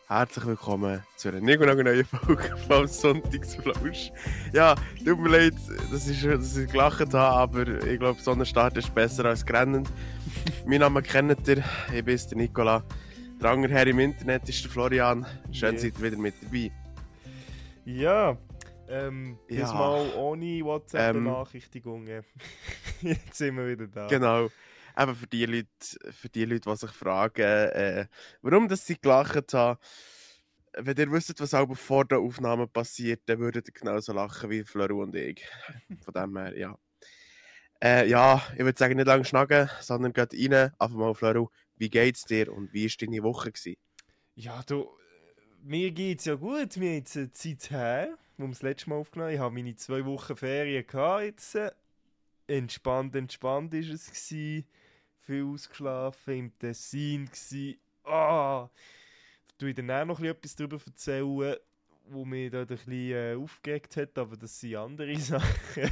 Herzlich willkommen zu einer neuen Folge vom Sonntagsflausch. Ja, tut mir leid, dass ich gelacht habe, aber ich glaube, Sonnenstart ist besser als grennend. Mein Name kennt ihr, ich bin der Nicola. Der andere Herr im Internet ist der Florian. Schön, seid ihr wieder mit dabei. Ja, diesmal ohne WhatsApp-Benachrichtigungen. Jetzt sind wir wieder da. Genau. Eben für die Leute, die sich fragen, warum das sie gelacht haben. Wenn ihr wisst, was auch vor der Aufnahme passiert, dann würdet ihr genauso lachen wie Fleur und ich. Von dem her, ja. Ja, ich würde sagen, nicht lange schnacken, sondern geht rein. Einfach mal, Fleur, wie geht's dir und wie war deine Woche gewesen? Ja, du, mir geht's ja gut. Wir haben jetzt eine Zeit her, wo wir das letzte Mal aufgenommen haben. Ich habe meine 2 Wochen Ferien gehabt jetzt. Entspannt ist es gewesen. Viel ausgeschlafen, im Tessin gsi. Ah, tu ich dann auch noch etwas darüber erzählen, wo mich da ein bisschen aufgeregt hat, aber das sind andere Sachen.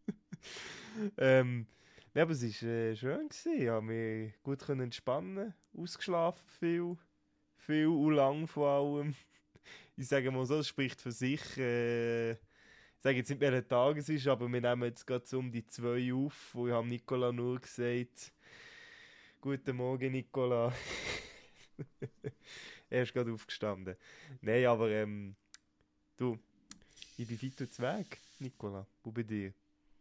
Ja, aber es war schön gewesen. Ich konnte mich gut entspannen, ausgeschlafen viel und lang vor allem. Ich sage mal so, es spricht für sich. Ich sage jetzt nicht, welcher Tag es ist, aber wir nehmen jetzt gerade so um die 2 auf, wo ich habe Nicola nur gesagt, «Guten Morgen, Nicola.» Er ist gerade aufgestanden. Nein, aber du, ich bin fit und weg, Nicola. Wo bei dir?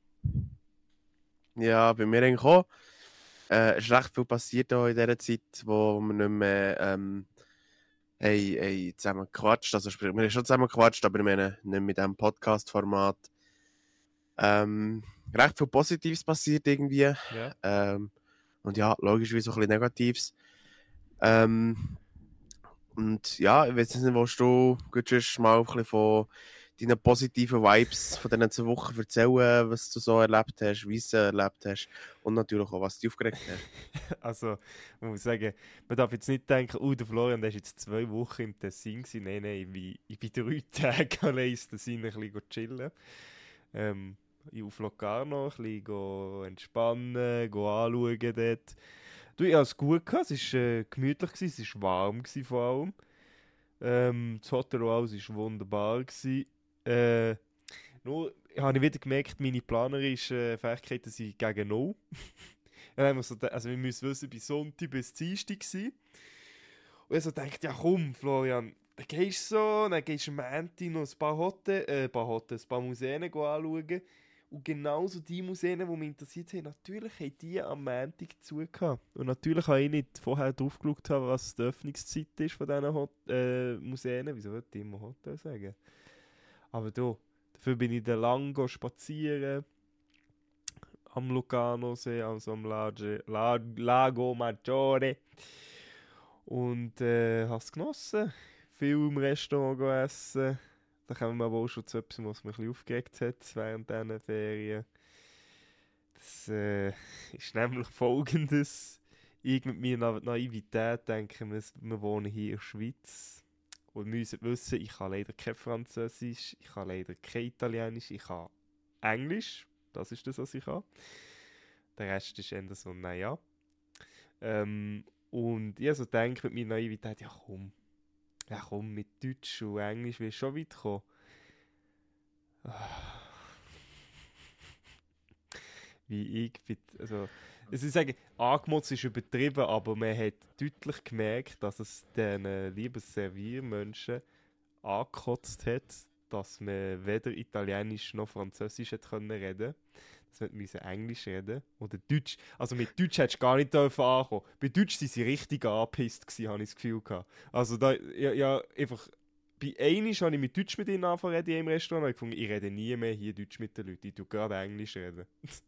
Ja, bei mir eigentlich auch. Es ist recht viel passiert auch in dieser Zeit, wo wir nicht mehr haben zusammen gequatscht. Also sprich, wir haben schon zusammen gequatscht, aber ich meine nicht mit diesem Podcast-Format. Recht viel Positives passiert irgendwie. Ja. Und ja, logischerweise auch ein bisschen Negatives. Und ja, ich weiß nicht, willst du schon mal ein bisschen von deinen positiven Vibes von diesen 2 Wochen erzählen, was du so erlebt hast, wie du es erlebt hast und natürlich auch, was dich aufgeregt hat. Also, man muss sagen, man darf jetzt nicht denken, oh, der Florian, der ist jetzt 2 Wochen im Tessin gewesen. Nein, ich bin 3 Tage allein ins Tessin ein bisschen chillen. Auf Locarno ein bisschen entspannen, anschauen dort. Du, ich hatte es gut gehabt, es war gemütlich, es war warm vor allem. Das Hotel und alles war wunderbar. Nur habe ich wieder gemerkt, meine planerischen Fähigkeiten sind gegen Null. Also wir müssen wissen, bei Sonntag bis Dienstag gewesen. Und ich so dachte, ja komm, Florian, dann gehst du so, dann gehst du am Montag noch ein paar Museen anschauen. Und genauso die Museen, die mich interessiert haben, natürlich haben die am Montag zu gehabt. Und natürlich habe ich nicht vorher drauf geschaut, was die Öffnungszeit ist von diesen Museen. Wieso würde ich immer Hotel sagen? Aber dafür bin ich dann lang spazieren am Lugano-See, also am Lago Maggiore. Und habe es genossen. Viel im Restaurant essen. Da kommen wir aber auch schon zu etwas, was mich ein bisschen aufgeregt hat während diesen Ferien. Das ist nämlich folgendes. Ich mit meiner Naivität denke, wir wohnen hier in der Schweiz. Und wir müssen wissen, ich kann leider kein Französisch, ich kann leider kein Italienisch, ich kann Englisch. Das ist das, was ich kann. Der Rest ist eher so, naja. Und ich so denke mit meiner Naivität, ja komm, mit Deutsch und Englisch wirst du schon weit kommen. Wie ich bin, also, ich sage, angemotzt ist übertrieben, aber man hat deutlich gemerkt, dass es den lieben Serviermenschen angekotzt hat, dass man weder Italienisch noch Französisch hätte reden können. Dass wir Englisch reden oder Deutsch. Also mit Deutsch hättest du gar nicht ankommen. Bei Deutsch waren sie richtig angepisst, habe ich das Gefühl gehabt. Also da, ja einfach, bei einmal habe ich mit Deutsch mit ihnen angefangen im Restaurant und ich gefunden, ich rede nie mehr hier Deutsch mit den Leuten, ich tue gerade Englisch reden.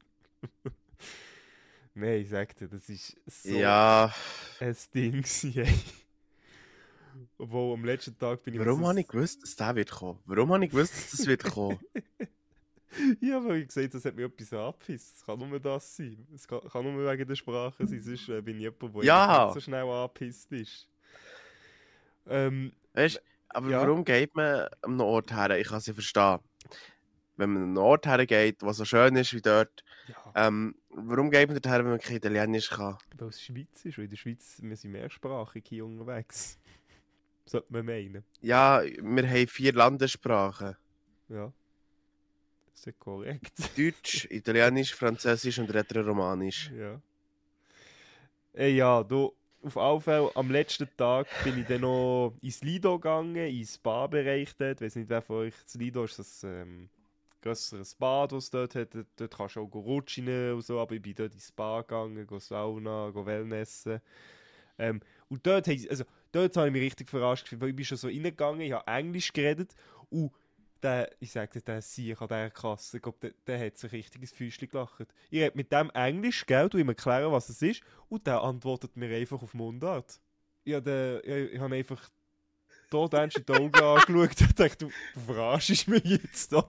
Nein, ich sag dir, das ist so Ja, ein Ding gewesen, obwohl am letzten Tag bin ich... warum habe ich gewusst, dass der wird kommen? Warum habe ich gewusst, dass das wird kommen? Ja, aber ich gesagt, das hat mich etwas angepisst. Es kann nur das sein. Es kann nur wegen der Sprache sein. Sonst bin ich jemand, der Ja! nicht so schnell angepisst ist. Weißt du, aber Ja. warum geht man an einen Ort her? Ich kann es ja verstehen. Wenn man an einen Ort hergeht, der so schön ist wie dort, Ja, warum geht man dorthin, wenn man kein Italienisch kann? weil es Schweiz ist. Weil in der Schweiz wir sind mehrsprachig hier unterwegs. Sollte man meinen. Ja, wir haben 4 Landessprachen. Ja. Das ist korrekt. Deutsch, Italienisch, Französisch und Rätoromanisch. Ja. Ja, du, auf alle Fälle, am letzten Tag bin ich dann noch ins Lido gegangen, ins Spa-Bereich dort. Ich weiß nicht, wer von euch, das Lido ist das grösseres Bad, das es dort hat. Dort kannst du auch rutschen und so, aber ich bin dort ins Spa gegangen, Sauna, Wellnessen. Und dort habe ich mich richtig verarscht gefühlt, weil ich bin schon so reingegangen, ich habe Englisch geredet und ich sage dir, der Sieg an dieser Kasse, ich glaube, der hat sich richtig ins Füßchen gelacht. Ich rede mit dem Englisch, gell, du ihm erklären, was es ist, und der antwortet mir einfach auf Mundart. Ich habe einfach tot ernst in die Augen angeschaut und dachte, du verarschst mich jetzt, oder?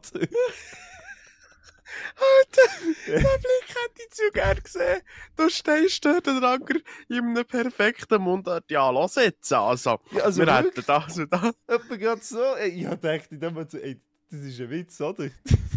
Alter, den Blick hätte ich zu gern gesehen. Du stehst dort, der Anker, in einem perfekten Mundart. Ja, lass jetzt, also. Ja, also wir wirklich? hätten das und das. Etwa gerade so. Ich habe gedacht, in dem Moment so, das ist ein Witz, oder?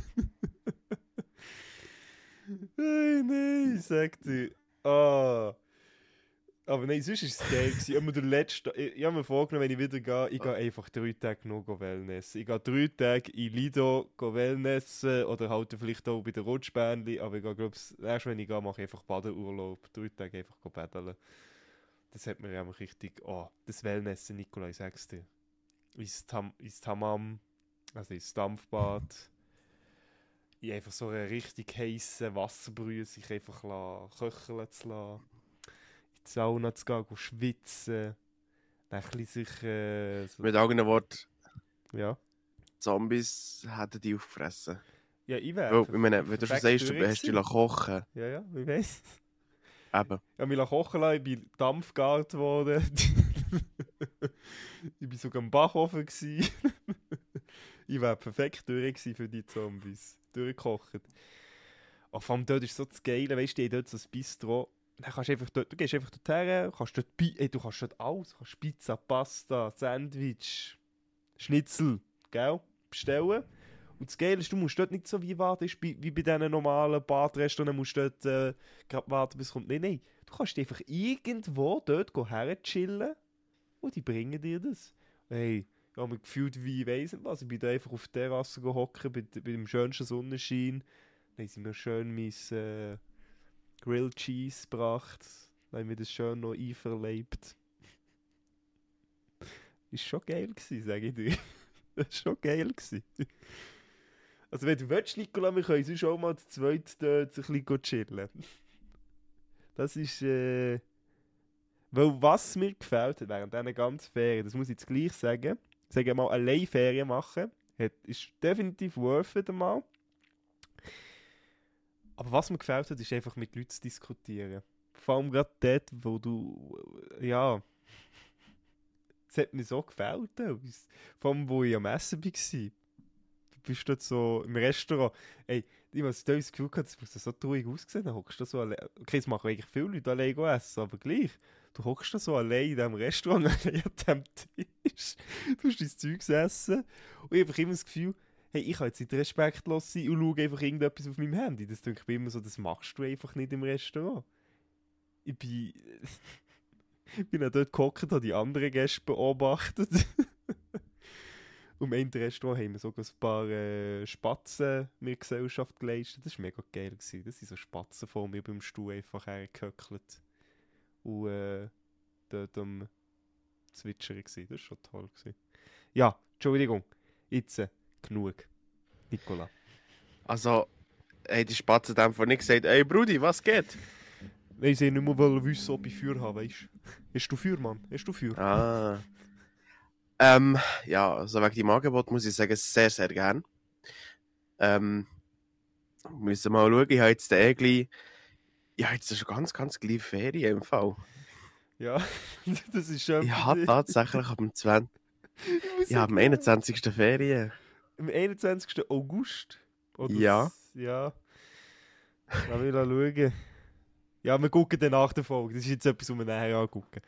Hey, nein, ich sag dir. Ah. Aber nein, sonst war es geil. Ich habe mir vorgenommen, wenn ich wieder gehe, ich gehe einfach 3 Tage nur Wellnessen. Ich gehe 3 Tage in Lido Wellnessen oder halt vielleicht auch bei den Rutschbändchen. Aber ich glaube, erst wenn ich gehe, mache ich einfach Badeurlaub. 3 Tage einfach paddeln. Das hat mir einfach richtig... Oh, das Wellnessen, Nikolai, ich sag's dir. Ins Hammam, also ins Dampfbad. Ich einfach so einen richtig heissen Wasserbrühe sich einfach köcheln zu lassen. In die Sauna zu gehen, schwitzen. Dann ein bisschen sich... Mit eigenen Worten, Ja. Zombies hätten die aufgefressen. Ja, ich wäre. Weil, ich meine, wenn du schon sagst, du hast dich kochen. Ja, ich weiss. Eben. Ich habe mich kochen lassen, ich bin Dampfgart geworden. Ich war sogar im Backofen. Ich wäre perfekt durch für die Zombies. Durchgekocht. Und vor allem dort ist so das Geile, weißt du, dort so ein Bistro. Dann kannst du gehst einfach dorthin, du kannst dort alles. Du kannst Pizza, Pasta, Sandwich, Schnitzel, gell? Bestellen. Und das Geile ist, du musst dort nicht so wie warten, wie bei diesen normalen Badrestaurants, musst du dort gerade warten, bis es kommt. Nein. Du kannst einfach irgendwo dort herchillen und die bringen dir das. Hey, ich habe mich gefühlt wie, ich weiss nicht was, ich bin da einfach auf der Terrasse hocken bei dem schönsten Sonnenschein. Dann haben sie mir schön mein Grilled Cheese gebracht. Dann haben wir das schön noch einverleibt. Ist schon geil gewesen, sage ich dir. Das war schon geil gewesen. Also wenn du willst, Nicola, wir können sonst auch mal zu zweit dort ein bisschen chillen. Das ist... Weil was mir gefällt hat während dieser ganzen Ferien, das muss ich jetzt gleich sagen, sage mal, allein Ferien machen, ist definitiv worth it einmal. Aber was mir gefällt hat, ist einfach mit Leuten zu diskutieren. Vor allem gerade dort, wo du... Ja... Es hat mir so gefällt. Vor allem, wo ich am Essen war. Du bist dort so im Restaurant. Ey, ich habe das Gefühl gehabt, das muss so traurig aussehen. Dann hockst du so allein. Okay, es machen eigentlich viele Leute allein essen, aber gleich. Du hockst da so allein in diesem Restaurant, allein an diesem Tisch. Du hast dein Zeug essen. Und ich habe einfach immer das Gefühl, hey, ich kann jetzt nicht respektlos sein und schaue einfach irgendetwas auf meinem Handy. Das denke ich mir immer so, das machst du einfach nicht im Restaurant. Ich bin dann dort gehockt, habe die anderen Gäste beobachtet. Und im einen Restaurant haben wir sogar ein paar Spatzen mit Gesellschaft geleistet. Das war mega geil. Das sind so Spatzen vor mir beim Stuhl einfach hergehöckelt. Und dort am Zwitschern gsi. Das war schon toll. Ja, Entschuldigung. Jetzt genug. Nicola. Also, die Spatzen haben einfach nicht gesagt, ey Brudi, was geht? Nein, sie nicht mehr wissen, ob ich Feuer habe, weißt du? Hast du Feuer, Mann? Hast du Feuer? Ah. Ja, also wegen deinem Angebot muss ich sagen, sehr, sehr gern. Müssen mal schauen, ich habe jetzt schon ganz, ganz gleich Ferien im Fall. Ja, das ist schön. Ich habe tatsächlich ich habe am 21. Ferien. Am 21. August? Oder Ja. Ja. Lass mich schauen. Ja, wir gucken dann nach der Folge. Das ist jetzt etwas, was wir nachher angucken.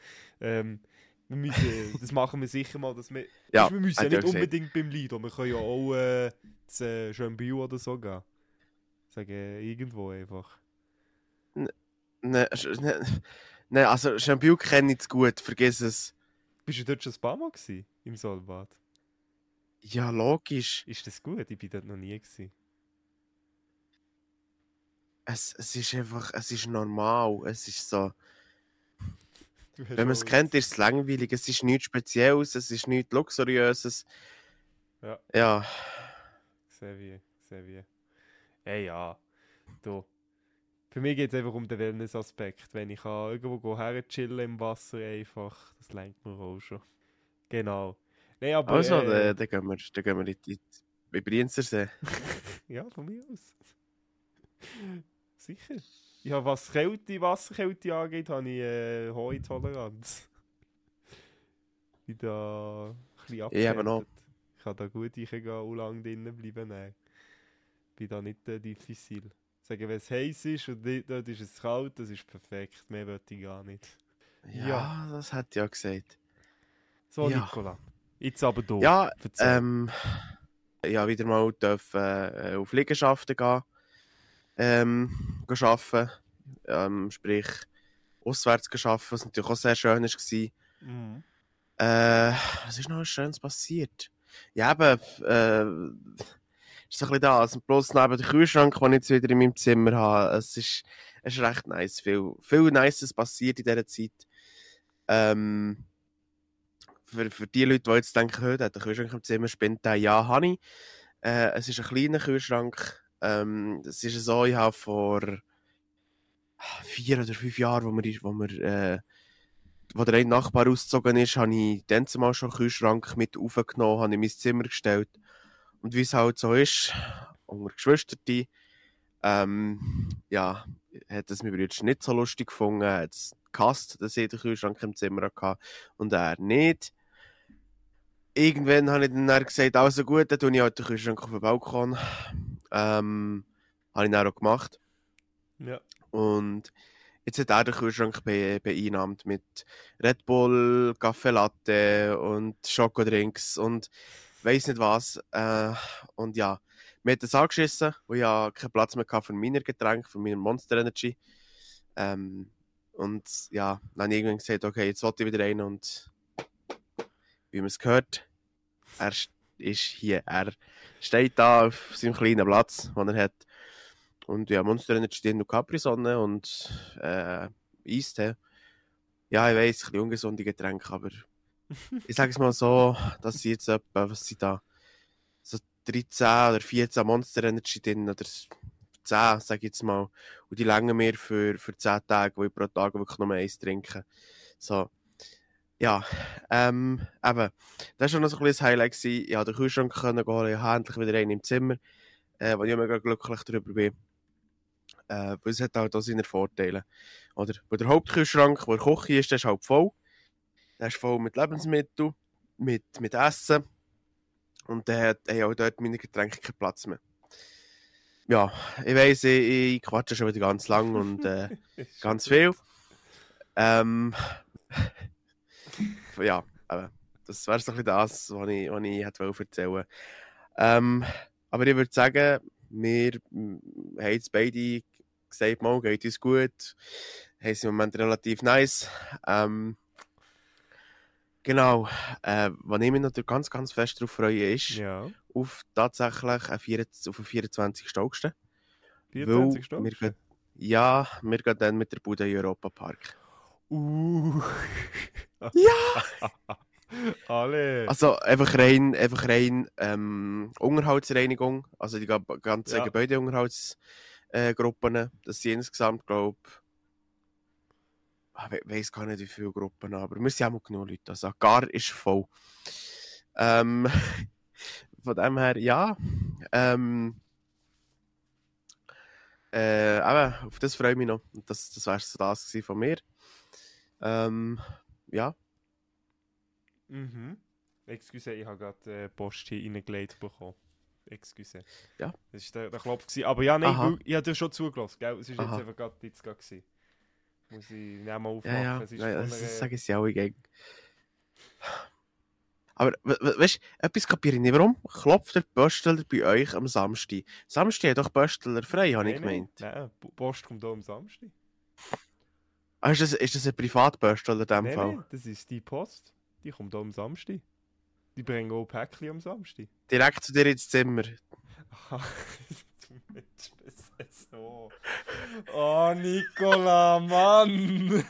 Das machen wir sicher mal. Dass wir, Ja, wir müssen ja nicht unbedingt beim Lido. Wir können ja auch zu Schönbühl oder so gehen. Sagen, irgendwo einfach. Nein, also Schönbühl kenne ich zu gut, vergiss es. Bist du dort schon ein paar Mal gewesen, im Solbad? Ja, logisch. Ist das gut? Ich bin dort noch nie gewesen. Es ist einfach, es ist normal. Es ist so, Du hast wenn man es kennt, ist es langweilig. Es ist nichts Spezielles, es ist nichts Luxuriöses. Ja. Ja. Sehr wie. Hey, ja. Du. Für mich geht es einfach um den Wellness-Aspekt. Wenn ich kann irgendwo her chillen im Wasser einfach, das lenkt mir auch schon. Genau. Nee, aber... Also, dann gehen wir in die Brienzersee. ja, von mir aus. Sicher. Ich habe, was Wasserkälte angeht, habe ich hohe Toleranz. Ich bin da ein bisschen Ich eben noch. abgehärtet. Ich kann da gut reingehen und lange drinnen bleiben. Nein. Ich bin da nicht diffizil. Sagen, wenn es heiß ist und dort ist es kalt, das ist perfekt. Mehr wollte ich gar nicht. Ja, das hat ja gesagt. So, Ja. Nicola. Jetzt aber du. Ja, Erzähl. ja, wieder mal dürfen, auf Liegenschaften gehen. Arbeiten. Sprich, auswärts arbeiten, was natürlich auch sehr schön war. Mhm. Was ist noch Schönes passiert? Ja, eben, ist so ein bisschen das. Und bloß neben dem Kühlschrank, den ich jetzt wieder in meinem Zimmer habe. Es ist recht nice. Viel Nices passiert in dieser Zeit. Für die Leute, die jetzt denken, der hat einen Kühlschrank im Zimmer, spinnt der. Ja, habe ich. Es ist ein kleiner Kühlschrank. Es ist so, ich habe vor 4 oder 5 Jahren, wo der eine Nachbar ausgezogen ist, habe ich dann zumal schon einen Kühlschrank mit aufgenommen, habe in mein Zimmer gestellt. Und wie es halt so ist, unter Geschwistern, ja, hat es mein Bruder nicht so lustig gefunden, hat es gehasst, dass ich den Kühlschrank im Zimmer hatte und er nicht. Irgendwann habe ich dann gesagt, also gut, dann tue ich halt den Kühlschrank auf den Balkon. Habe ich dann auch gemacht. Ja. Und jetzt hat er den Kühlschrank beeinnahmt mit Red Bull, Kaffee Latte und Schokodrinks und weiss nicht was. Und ja, mir hat das angeschissen, weil ich ja keinen Platz mehr hatte für meine Getränke, für meine Monster Energy. Und ja, dann habe ich irgendwann gesagt, okay, jetzt wollte ich wieder rein und wie man es gehört, er ist hier, er steht da auf seinem kleinen Platz, den er hat. Und ja, Monster Energy drin und Capri-Sonne und Eistee. Ja, ich weiss, ein bisschen ungesunde Getränke, aber ich sage es mal so, dass sie jetzt etwa, was sie da, so 13 oder 14 Monster Energy drin oder 10, sage ich jetzt mal. Und die länger mir für 10 Tage, wo ich pro Tag wirklich nur eins trinke. So. Ja, eben, das war schon noch so ein bisschen ein Highlight gewesen. Ich konnte den Kühlschrank holen, ich habe endlich wieder einen im Zimmer, wo ich mega glücklich darüber bin. Weil es hat halt auch seine Vorteile. Oder? Weil der Hauptkühlschrank, wo der Küche ist, der ist halt voll. Der ist voll mit Lebensmitteln, mit Essen. Und der hat auch dort meine Getränke keinen Platz mehr. Ja, ich weiss, ich quatsche schon wieder ganz lang und ganz viel. Ja, das wäre so ein bisschen das, was ich hätte erzählen wollte. Aber ich würde sagen, wir haben jetzt beide gesagt, mal geht uns gut. Haben es im Moment relativ nice. Genau. Was ich mich natürlich ganz, ganz fest darauf freue, ist Ja. auf tatsächlich auf den 24. August. 24 Weil Stunden? wir gehen dann mit der Bude in den Europapark. Ja! Alle! Also einfach rein Unterhaltsreinigung, also die ganzen Ja. Gebäudeunterhaltsgruppen, das sind insgesamt, glaube ich weiß gar nicht, wie viele Gruppen, aber wir sind auch mal genug Leute, also Gar ist voll. Von dem her, ja, eben, auf das freue ich mich noch. Und das wäre so das gewesen von mir. Ja. Mhm. Excuse, ich habe gerade Post hier reingelegt bekommen. Excuse. Ja. Das war der Klopf gewesen. Aber ja, nein, Aha. ich habe dir schon zugelassen, gell? Es ist jetzt Aha. einfach gerade gewesen. Muss ich nicht mal aufmachen. Ja, Es ist ja, von das einer... sage ich auch gegen. Aber weißt du, etwas kapiere ich nicht. Warum klopft der Postler bei euch am Samstag? Samstag hat doch Postler frei, habe ich gemeint. Nein, Post kommt hier am Samstag. Ah, ist das ein Privatpostler in dem Fall? Nein, das ist die Post. Die kommt auch am Samstag. Die bringen auch Päckchen am Samstag. Direkt zu dir ins Zimmer. Aha, du Mensch, das so. Oh, Nicola, Mann!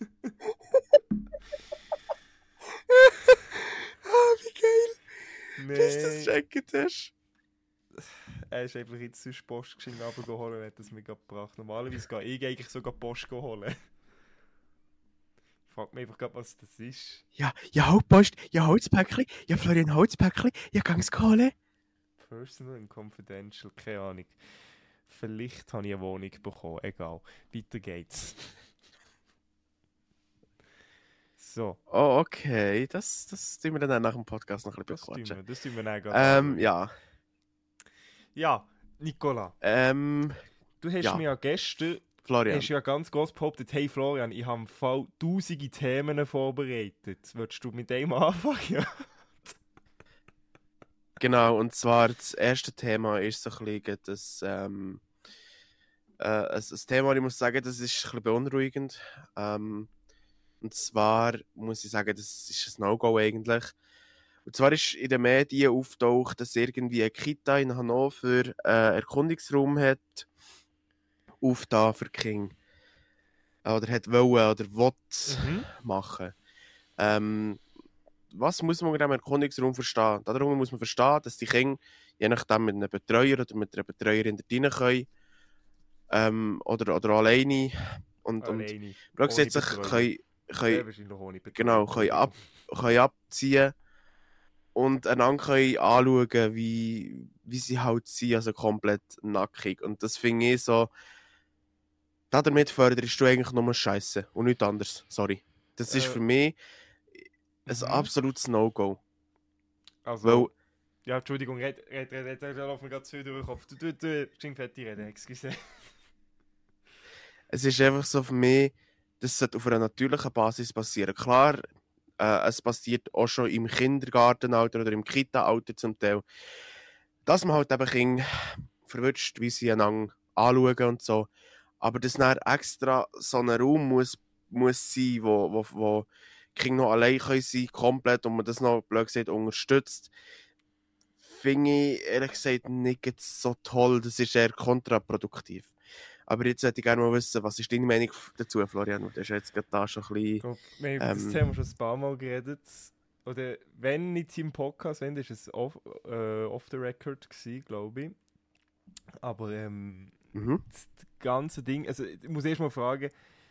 Ah, wie geil, dass du das Nein. gecheckt hast. Er ist einfach jetzt zur Post geschickt, runtergeholt und hat das mir gerade gebracht. Normalerweise gehe ich eigentlich sogar Post holen. Ich frage mich einfach gerade, was das ist. Ja, Hauptpost, ja, Holzpäckchen, ja, Florian, Holzpäckchen, ja, gang's holen. Personal und Confidential, keine Ahnung. Vielleicht habe ich eine Wohnung bekommen, egal. Weiter geht's. So. Oh, okay, das tun wir dann nach dem Podcast noch ein bisschen Das tun wir dann gerade ja. Ja, Nicola, du hast Ja. mir ja gestern Florian. hast ja ganz groß behauptet, hey Florian, ich habe im Fall tausende Themen vorbereitet. Würdest du mit dem anfangen? Ja. Genau, und zwar das erste Thema ist so ein bisschen ein Thema, ich muss sagen, das ist ein bisschen beunruhigend. Und zwar muss ich sagen, das ist ein No-Go eigentlich. Und zwar ist in den Medien auftaucht, dass irgendwie eine Kita in Hannover Erkundungsraum hat, aufgetan für Kinder. Oder hat wollen oder will machen. Was muss man unter diesem Erkundungsraum verstehen? Darunter muss man verstehen, dass die Kinder, je nachdem mit einem Betreuer oder mit einer Betreuerin da rein können, oder alleine. Und Alleine. grundsätzlich können abziehen und einander können anschauen, wie sie halt sind, also komplett nackig. Und das finde ich so, damit förderst du eigentlich nur Scheiße und nichts anderes. Sorry. Das ist für mich ein absolutes No-Go. Also, weil, ja, Entschuldigung, red, lauf mir gerade zu viel durch den Kopf. Du, schink fertig reden, excuse. Es ist einfach so für mich, das sollte auf einer natürlichen Basis passieren. Klar, es passiert auch schon im Kindergartenalter oder im Kita-Alter zum Teil, dass man halt eben Kinder verwünscht, wie sie einander anschauen und so. Aber dass dann extra so ein Raum muss sein, wo die Kinder noch allein sein können, komplett, und man das noch, blöd gesagt, unterstützt, finde ich ehrlich gesagt nicht so toll. Das ist eher kontraproduktiv. Aber jetzt hätte ich gerne mal wissen, was ist deine Meinung dazu, Florian? Du hast jetzt gerade da schon ein bisschen... Ich glaube, wir haben über das Thema schon ein paar Mal geredet. Oder wenn nicht im Podcast, wenn, ist es off the record gewesen, glaube ich. Aber das ganze Ding, also ich muss erst mal fragen,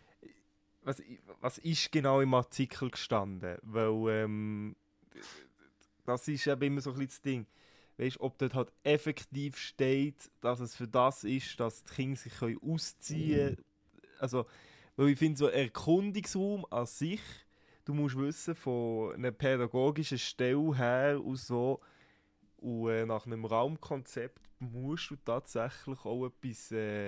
was ist genau im Artikel gestanden? Weil das ist eben immer so ein bisschen das Ding. Weißt du, ob dort halt effektiv steht, dass es für das ist, dass die Kinder sich ausziehen können. Also, weil ich finde, so ein Erkundungsraum an sich, du musst wissen, von einer pädagogischen Stelle her und so, und nach einem Raumkonzept musst du tatsächlich auch etwas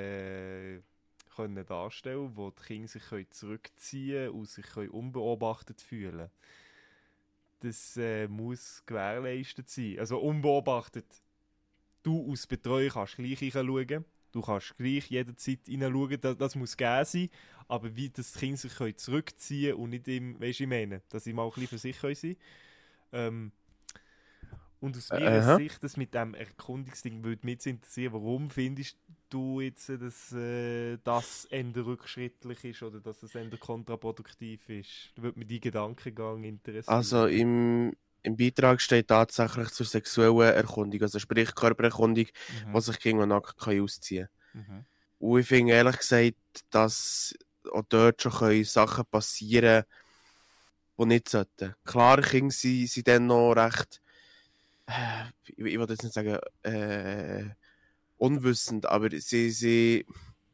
können darstellen, wo die Kinder sich zurückziehen und sich unbeobachtet fühlen können. Das muss gewährleistet sein. Also unbeobachtet. Du als Betreuer kannst gleich reinschauen. Du kannst gleich jederzeit reinschauen. Das muss gegeben sein. Aber wie das die Kinder sich zurückziehen können und nicht im, weißt du, ich meine, dass sie mal ein bisschen für sich sein können. Und aus meiner Sicht, das mit dem Erkundungsding würde mich interessieren, warum findest du jetzt, dass das eher rückschrittlich ist oder dass das eher kontraproduktiv ist? Da würde mich dein Gedankengang interessieren. Also im Beitrag steht tatsächlich zur sexuellen Erkundung, also sprich Körpererkundung, wo sich Kinder nackt ausziehen können. Und ich finde ehrlich gesagt, dass auch dort schon Sachen passieren können, die nicht sollten. Klar, Kinder sind dann noch recht, ich will jetzt nicht sagen, unwissend, aber sie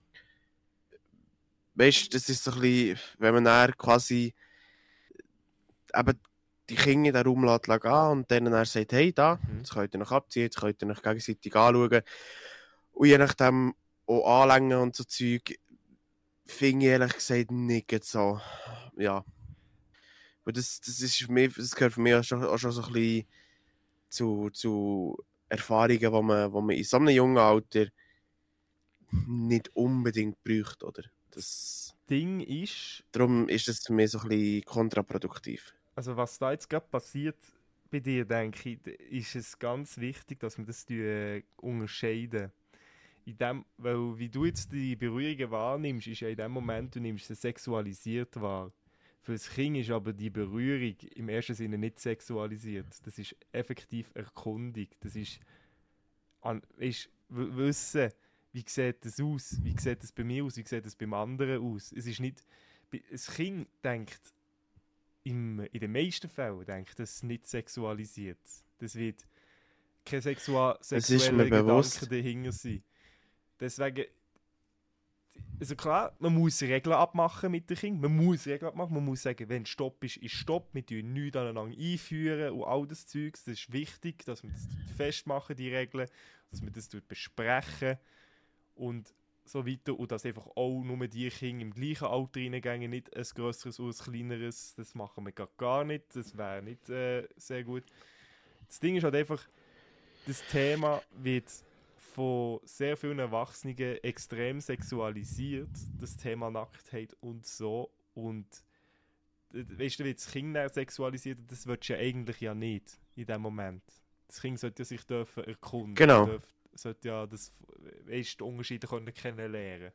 weißt, das ist so ein bisschen, wenn man dann quasi eben die Kinder in den Raum lässt und dann sagt, hey, da, jetzt könnt ihr noch abziehen, jetzt könnt ihr noch gegenseitig anschauen. Und je nachdem auch anlängen und so Zeug, finde ich ehrlich gesagt nicht so, ja. Aber das ist für mich, das gehört für mich auch schon so ein bisschen zu Erfahrungen, die man in so einem jungen Alter nicht unbedingt braucht, oder? Das Ding ist... Darum ist das für mich so ein bisschen kontraproduktiv. also was da jetzt gerade passiert bei dir, denke ich, ist es ganz wichtig, dass wir das unterscheiden. Weil wie du jetzt die Berührungen wahrnimmst, ist ja in dem Moment, du nimmst sie sexualisiert wahr. Für das Kind ist aber die Berührung im ersten Sinne nicht sexualisiert. Das ist effektiv Erkundung. Das ist Wissen, wie sieht das aus? Wie sieht das bei mir aus? Wie sieht das beim anderen aus? Es ist nicht... Das Kind denkt in den meisten Fällen das nicht sexualisiert. Das wird kein Es ist mir sexueller bewusst. Gedanke dahinter sein. Deswegen, also klar, man muss Regeln abmachen mit den Kindern. Man muss Regeln abmachen. Man muss sagen, wenn Stopp ist, ist Stopp. Wir tun nichts aneinander einführen und all das Zeugs. Das ist wichtig, dass wir das festmachen, die Regeln. Dass wir das besprechen und so weiter. Und dass einfach auch nur die Kinder im gleichen Alter reingehen, nicht ein grösseres oder ein kleineres. Das machen wir gar nicht. Das wäre nicht sehr gut. Das Ding ist halt einfach, das Thema wird von sehr vielen Erwachsenen extrem sexualisiert, das Thema Nacktheit und so. Und weißt du, wie das Kind dann sexualisiert, das willst du ja eigentlich ja nicht in dem Moment. Das Kind sollte ja sich dürfen erkunden, Genau. sollte ja das, weißt, die Unterschiede können kennenlernen.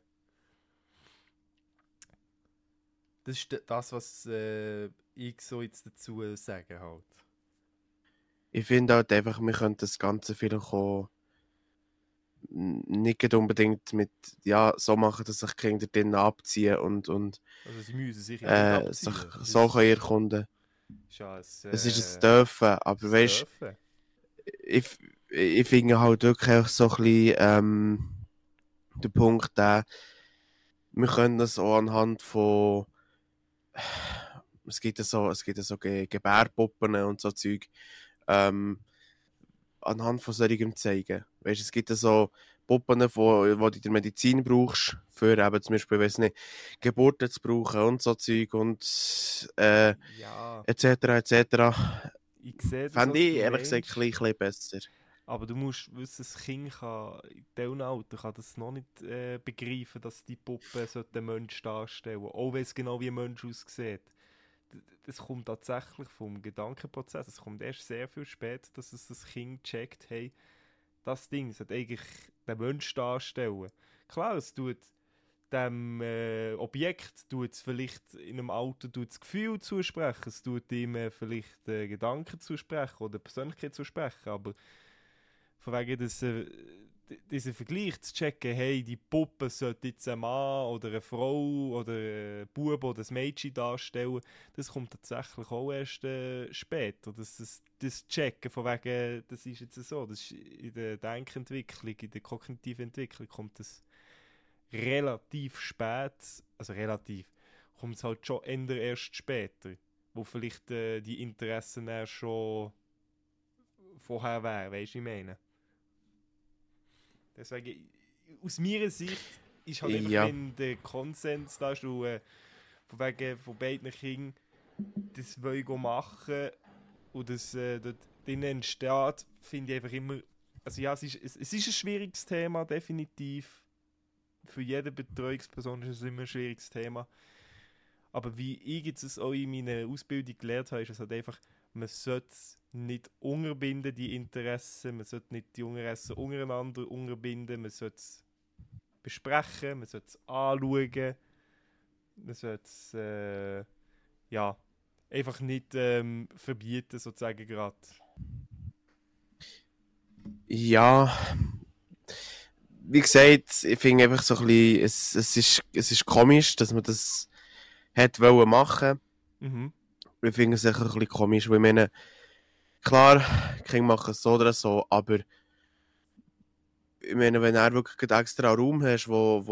Das ist das, was ich so jetzt dazu sagen halt. Ich finde halt einfach, wir können das Ganze vielleicht auch nicht unbedingt mit, ja, so machen, dass sich Kinder drinnen abziehen und Also sie müssen sich ja nicht abziehen. sich so können erkunden. Ist ja Es ist ein Dürfen, aber weißt du, ich finde halt wirklich auch so ein bisschen der Punkt, der wir können das auch anhand von es gibt ja so Gebärpuppen und so Zeug anhand von solchen zeigen. Weißt, es gibt ja so Puppen, wo du in der Medizin brauchst, für eben zum Beispiel, weiss nicht, Geburten zu brauchen und so Zeug und ja, etc. ich sehe das, Fände was ich du ehrlich gesagt meinst. ein bisschen besser. Aber du musst wissen, das Kind kann, in diesem Alter kann das noch nicht begreifen, dass die Puppe einen Mensch darstellen sollte. Auch wenn es genau wie ein Mensch aussieht. Das kommt tatsächlich vom Gedankenprozess. Es kommt erst sehr viel später, dass es das Kind checkt, hey, das Ding sollte eigentlich den Mensch darstellen. Klar, es tut dem Objekt tut es vielleicht in einem Auto das Gefühl zusprechen, es tut ihm vielleicht Gedanken zusprechen oder Persönlichkeit zusprechen, aber von wegen diesen Vergleich zu checken, hey, die Puppe sollte jetzt ein Mann oder eine Frau oder ein Bub oder ein Mädchen darstellen, das kommt tatsächlich auch erst später. Das Checken von wegen, das ist jetzt so, das ist in der Denkentwicklung, in der kognitiven Entwicklung kommt das relativ spät, also relativ, kommt es halt schon erst später, wo vielleicht die Interessen erst schon vorher wären, weißt du, was ich meine? Deswegen, aus meiner Sicht ist halt einfach, Ja, wenn der Konsens da ist, und, von wegen von beiden Kindern das wollen machen und das dort drinnen entsteht, finde ich einfach immer, also ja, es ist ein schwieriges Thema, definitiv. Für jede Betreuungsperson ist es immer ein schwieriges Thema. Aber wie ich jetzt es auch in meiner Ausbildung gelernt habe, ist es halt einfach, man sollte nicht unterbinden, die Interessen, man sollte nicht die Interessen untereinander unterbinden, man sollte es besprechen, man sollte es anschauen, man sollte es ja, einfach nicht verbieten, sozusagen gerade. ja, wie gesagt, ich finde einfach so ein bisschen, es ist komisch, dass man das hätte wollen machen. Mhm. Ich finde es echt ein bisschen komisch, weil ich meine, klar, Kinder machen es so oder so, aber ich meine, wenn du wirklich einen extra Raum hast,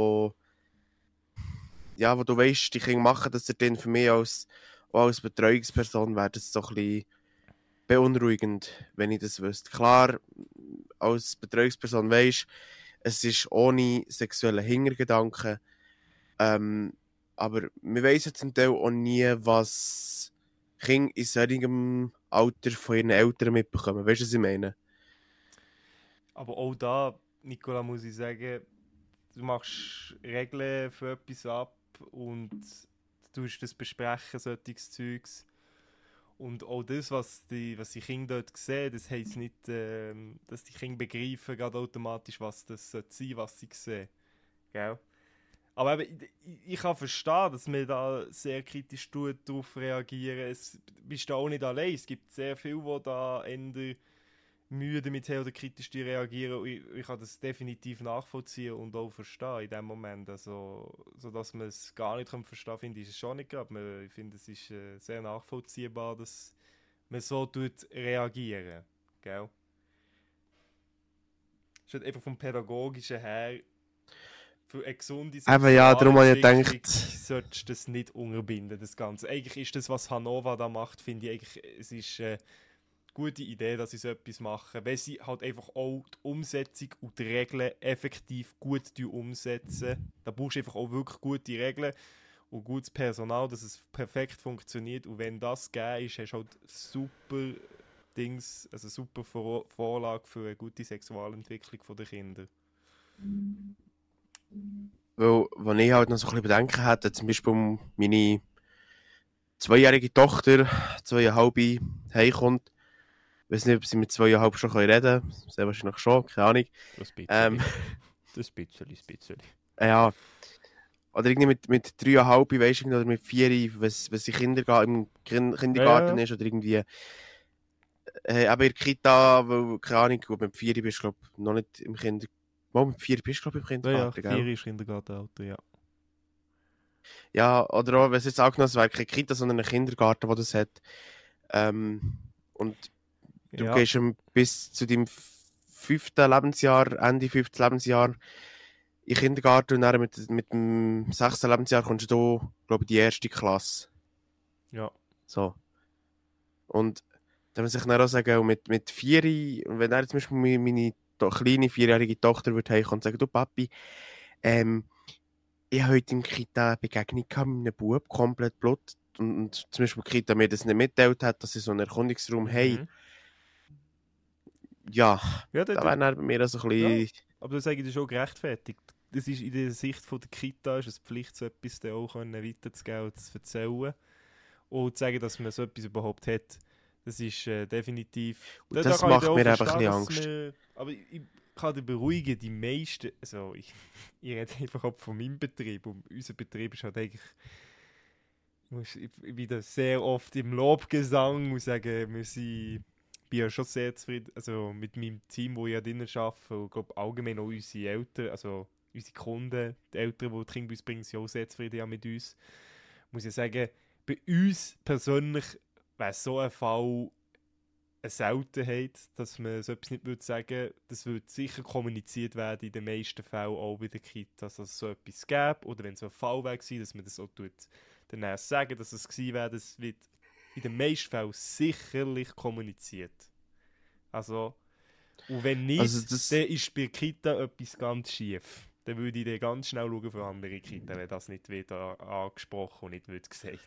wo du weißt, die Kinder machen das dann für mich auch als Betreuungsperson, wäre das so ein bisschen beunruhigend, wenn ich das wüsste. Klar, als Betreuungsperson weisst, es ist ohne sexuellen Hintergedanken, ähm, aber wir wissen zum Teil auch nie, was Kinder in solchem Alter von ihren Eltern mitbekommen. Weißt du, was ich meine? Aber auch da, Nicola, muss ich sagen, du machst Regeln für etwas ab und du tust das besprechen, solches Zeugs. Und auch das, was die Kinder dort sehen, das heisst nicht, dass die Kinder begreifen gerade automatisch, was das sein sollte, was sie sehen. Gell? Aber eben, ich kann verstehen, dass man da sehr kritisch darauf reagieren. Es bist da auch nicht allein. Es gibt sehr viele, die da eher Mühe damit haben oder kritisch reagieren. Und ich kann das definitiv nachvollziehen und auch verstehen in dem Moment. Also, sodass man es gar nicht verstehen kann, finde ich es schon nicht gerade. Ich finde, es ist sehr nachvollziehbar, dass man so reagieren. Gell? Es ist halt einfach vom Pädagogischen her, für eine gesunde Eben ja, darum habe ich Sexualentwicklung gedacht, solltest du das nicht unterbinden, das Ganze. Eigentlich ist das, was Hanova da macht, finde ich eigentlich, es ist eine gute Idee, dass sie so etwas machen, wenn sie halt einfach auch die Umsetzung und die Regeln effektiv gut umsetzen. Da brauchst du einfach auch wirklich gute Regeln und gutes Personal, dass es perfekt funktioniert. Und wenn das gegeben ist, hast du halt super Dings, also super Vorlage für eine gute Sexualentwicklung der Kinder. weil, wenn ich halt noch so ein bisschen Bedenken hätte, zum Beispiel um meine 2-jährige Tochter, 2,5 heimkommt, ich weiß nicht, ob sie mit 2,5 schon reden können, sehr wahrscheinlich schon, keine Ahnung. Das bisschen. Ähm, Das bisschen. ja, oder irgendwie mit 3,5, weisst du, oder mit 4, wenn sie im Kindergarten Ja. ist, oder irgendwie eben in der Kita, weil, keine Ahnung, gut, mit 4 bist du, glaube ich, noch nicht im Kindergarten. Mal mit 4 bist du, glaube ich, im Ja, Kindergarten, 4 gell? ist Kindergartenalter, ja. Ja, oder auch, wenn es jetzt angenommen wäre, keine Kita, sondern ein Kindergarten, der das hat. Und du Ja, gehst bis zu deinem 5. Lebensjahr, Ende 5. Lebensjahr in den Kindergarten und dann mit dem 6. Lebensjahr kommst du da, glaube ich, die erste Klasse. ja. So. Und dann muss ich dann auch sagen, und mit 4, und wenn dann zum Beispiel meine kleine 4-jährige Tochter würde heimkommen und sagen, du Papi, ich habe heute in Kita eine Begegnung gehabt mit einem Bub, komplett Blut. Und zum Beispiel die Kita mir das nicht mitgeteilt hat, dass sie so einen Erkundungsraum haben. Mhm. Ja, Ja, da wäre dann bei mir so ein ja, bisschen... aber das sage ich dir schon gerechtfertigt. Das ist in der Sicht von der Kita ist es Pflicht, so etwas dann auch weiterzugeben und zu erzählen. Und zu sagen, dass man so etwas überhaupt hat. Das ist definitiv... Und Da das kann ich dir macht auch mir eben ein verstehen, bisschen dass Angst. man... Aber ich kann dir beruhigen, die meisten... Also, ich rede einfach auch von meinem Betrieb. Und unser Betrieb ist halt eigentlich... Ich bin da sehr oft im Lobgesang, muss sagen, bin ja schon sehr zufrieden, also mit meinem Team, wo ich ja drinnen arbeite, und glaube allgemein auch unsere Eltern, also unsere Kunden, die Eltern, die die Kinder bei uns bringen, sind auch sehr zufrieden ja, mit uns. Muss ich sagen, bei uns persönlich wäre so ein Fall eine Seltenheit, dass man so etwas nicht sagen würde. Das würde sicher kommuniziert werden in den meisten Fällen auch bei den Kitas, dass es so etwas gäbe. Oder wenn es so ein Fall wäre, dass man das auch dann sagen, dass es gewesen wäre, das wird in den meisten Fällen sicherlich kommuniziert. Also, und wenn Also nicht, das... dann ist bei der Kita etwas ganz schief. Dann würde ich dann ganz schnell schauen für andere Kita, wenn das nicht wird angesprochen und nicht wird gesagt.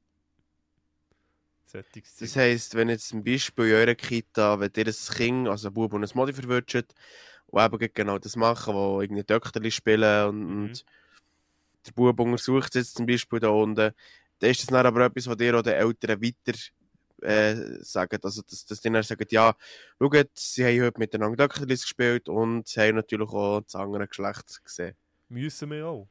Solches Das Zeug. heisst, wenn jetzt zum Beispiel in eurer Kita, wenn ihr ein Kind, also ein Bub und ein Modi verwünscht, und eben gerade genau das machen, wo irgendwie Töchterli spielen Mhm. und der Bub untersucht es jetzt zum Beispiel da unten, dann ist das dann aber etwas, was dir auch den Eltern weiter Ja. sagen. Also, dass die dann sagen, ja, schaut, sie haben heute miteinander Töchterlis gespielt und sie haben natürlich auch das andere Geschlecht gesehen. Müssen wir auch.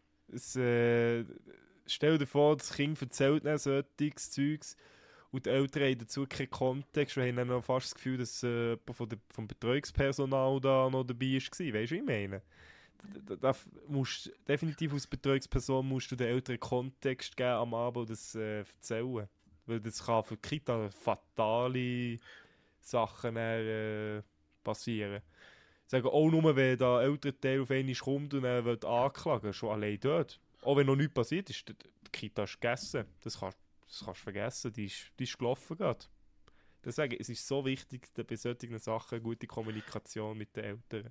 Stell dir vor, das Kind erzählt dann solches Zeugs und die Eltern haben dazu keinen Kontext und haben dann noch fast das Gefühl, dass jemand vom Betreuungspersonal da noch dabei war. Weißt du, was ich meine? Definitiv als Betreuungsperson musst du den Eltern Kontext geben am Abend und das erzählen. Weil das kann für die Kita fatale Sachen passieren. Sagen auch nur, wenn der ältere Teil auf einmal kommt und er wird anklagen, schon allein dort. Auch wenn noch nichts passiert ist, die Kita ist gegessen. Das kannst du vergessen, die ist gelaufen gerade. Deswegen, es ist so wichtig, bei solchen Sachen gute Kommunikation mit den Eltern.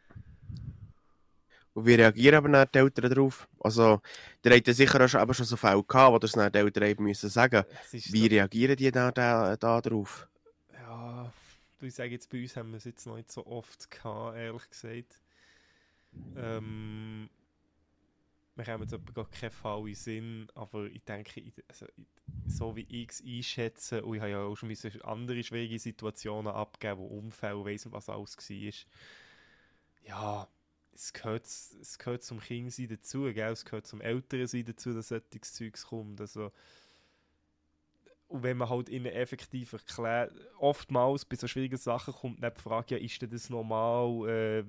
Und wie reagieren aber dann die Eltern darauf? Also, ihr habt ja sicher auch schon so Fälle gehabt, wo das dann die Eltern eben müssen sagen. Es ist Wie reagieren die dann da drauf? ja, ich sage jetzt, bei uns haben wir es jetzt noch nicht so oft gehabt, ehrlich gesagt. Ähm, wir haben jetzt etwa gar keinen Fall in den Sinn, aber ich denke, so wie ich es einschätze, und ich habe ja auch schon andere schwierige Situationen abgegeben, wo Unfälle, weiss nicht, was alles war. Ja, es gehört zum Kindsein dazu, gell? Es gehört zum Älterensein dazu, dass solches Zeugs kommt. Also, und wenn man halt ihnen effektiv erklärt, oftmals bei so schwierigen Sachen kommt nicht die Frage, ja, ist denn das normal?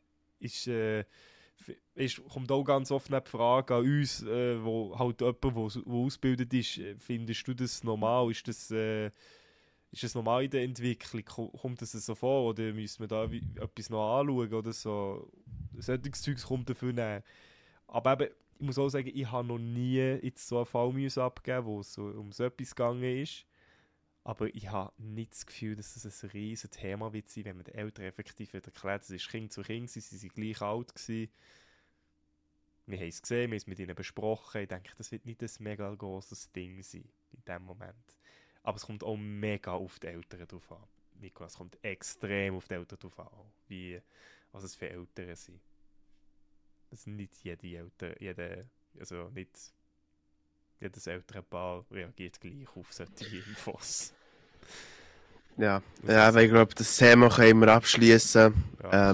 Kommt auch ganz oft nicht die Frage an uns, wo halt jemand, der ausgebildet ist, findest du das normal? Ist das normal in der Entwicklung? Kommt das so vor? Oder müssen wir da etwas noch anschauen? Oder so? Solches Zeugs kommt dafür nehmen. Aber eben, ich muss auch sagen, ich habe noch nie jetzt so einen Fall abgeben, wo es so um so etwas gegangen ist. Aber ich habe nicht das Gefühl, dass das ein riesen Thema wird sein, wenn man den Eltern effektiv erklärt, es ist Kind zu Kind, sie waren gleich alt gewesen. Wir haben es gesehen, wir haben es mit ihnen besprochen. Ich denke, das wird nicht ein mega grosses Ding sein in dem Moment. Aber es kommt auch mega auf die Eltern drauf an. Nicolas, es kommt extrem auf die Eltern drauf an, was es für Eltern sind. Also nicht nicht jedes Elternpaar reagiert gleich auf solche Infos. Ja, weil ich glaube, das Thema können wir abschließen. Ja.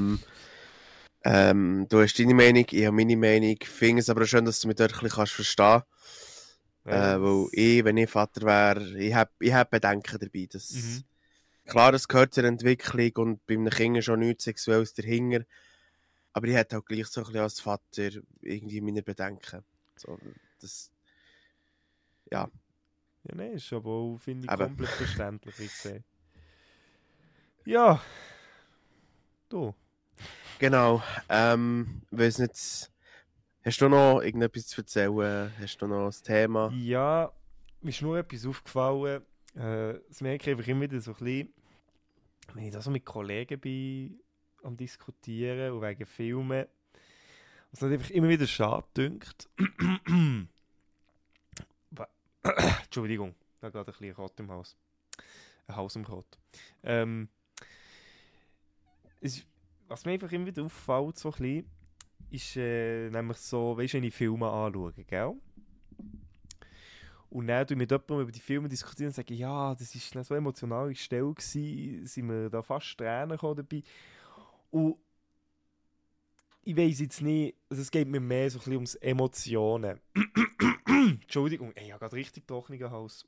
Du hast deine Meinung, ich habe meine Meinung. Ich finde es aber auch schön, dass du mich dort ein bisschen verstehen kannst. Weil wenn ich Vater wäre, ich hab Bedenken dabei. Dass, Klar, es gehört zur Entwicklung und bei einem Kind schon nichts Sexuelles dahinter. Aber ich hätte auch gleich so ein bisschen als Vater irgendwie meine Bedenken. So, das, ja. Ja, nein, ist aber auch, finde ich, komplett verständlich, wie gesagt. Ja. Du. Genau. Weiss nicht, hast du noch irgendetwas zu erzählen? Hast du noch ein Thema? Ja, mir ist nur etwas aufgefallen. Das merke ich einfach immer wieder so ein bisschen, wenn ich da so mit Kollegen bin am Diskutieren und wegen Filmen, was mir einfach immer wieder schade dünkt. Entschuldigung, da geht ein bisschen Rot im Haus. Ein Haus im Rot. Was mir einfach immer wieder auffällt, so ein bisschen, ist nämlich so, weißt du, wenn ich Filme anschaue, gell? Und dann mit jemandem über die Filme diskutieren und sagen, ja, das war eine so emotionale Stelle gewesen, sind wir da fast Tränen gekommen dabei. Und ich weiss jetzt nicht, also es geht mir mehr so ein bisschen ums Emotionen. Entschuldigung, ich habe gerade richtig trockenen Hals.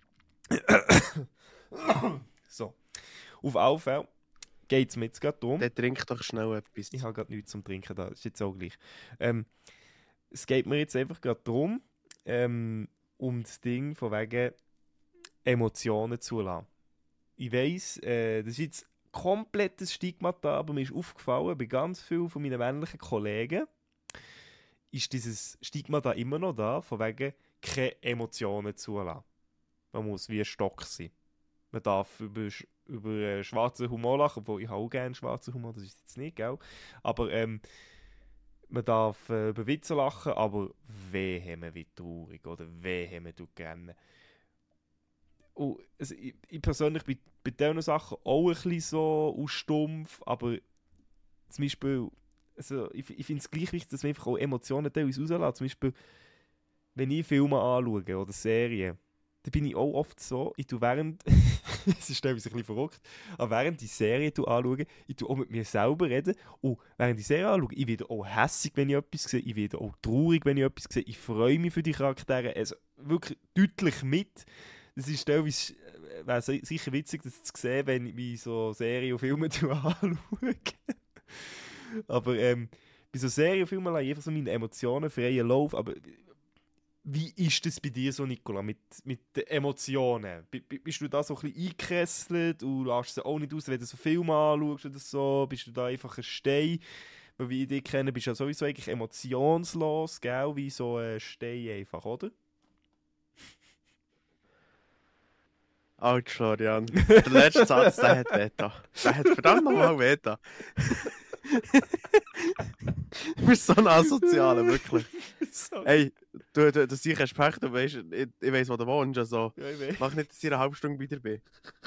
So. Auf alle Fälle geht es mir jetzt gerade darum. Der trinkt doch schnell etwas. Ich habe gerade nichts zum Trinken da, das ist jetzt auch gleich. Es geht mir jetzt einfach gerade darum, um das Ding von wegen Emotionen zu lassen. Ich weiss, das ist jetzt komplettes Stigmata, aber mir ist aufgefallen, bei ganz vielen von meinen männlichen Kollegen ist dieses Stigma immer noch da, von wegen keine Emotionen zulassen. Man muss wie ein Stock sein. Man darf über schwarzen Humor lachen, obwohl ich auch gerne schwarzen Humor, das ist jetzt nicht, gell? Aber man darf über Witze lachen, aber wehe wie traurig oder wehe tut gerne. Und also, ich persönlich bin bei diesen Sachen auch ein bisschen so stumpf, aber zum Beispiel, also, ich finde es gleich wichtig, dass man einfach auch Emotionen teilweise rauslässt. Zum Beispiel, wenn ich Filme anschaue oder Serien, dann bin ich auch oft so, ich tue während, es ist teilweise ein bisschen verrückt, aber während die Serie anschaue, ich tue auch mit mir selber reden und während die Serie anschaue, ich werde auch hässig, wenn ich etwas sehe, ich werde auch traurig, wenn ich etwas sehe, ich freue mich für die Charaktere, also wirklich deutlich mit. Das ist teilweise, wäre sicher witzig, das zu sehen, wenn ich wie so Serien und Filme anschaue. Aber bei so Serien und Filmen lasse ich einfach so meine Emotionen freien Lauf, aber wie ist das bei dir so, Nicola, mit den Emotionen? Bist du da so ein bisschen eingekesselt und lässt sie auch nicht aus, wenn du so Filme anschaust oder so? Bist du da einfach ein Stein? Weil wie ich dich kenne, bist du ja sowieso eigentlich emotionslos, gell? Wie so ein Stein einfach, oder? Alt Florian. Der letzte Satz, der hat Veta. Der hat verdammt nochmal Veta. Du bist so ein Asozialer, wirklich. Hey, du siehst, hast Pech, du weißt, ich weiss, wo du wohnst, also Ja, ich weiß. mach nicht, dass ich in einer halben Stunde wieder bin.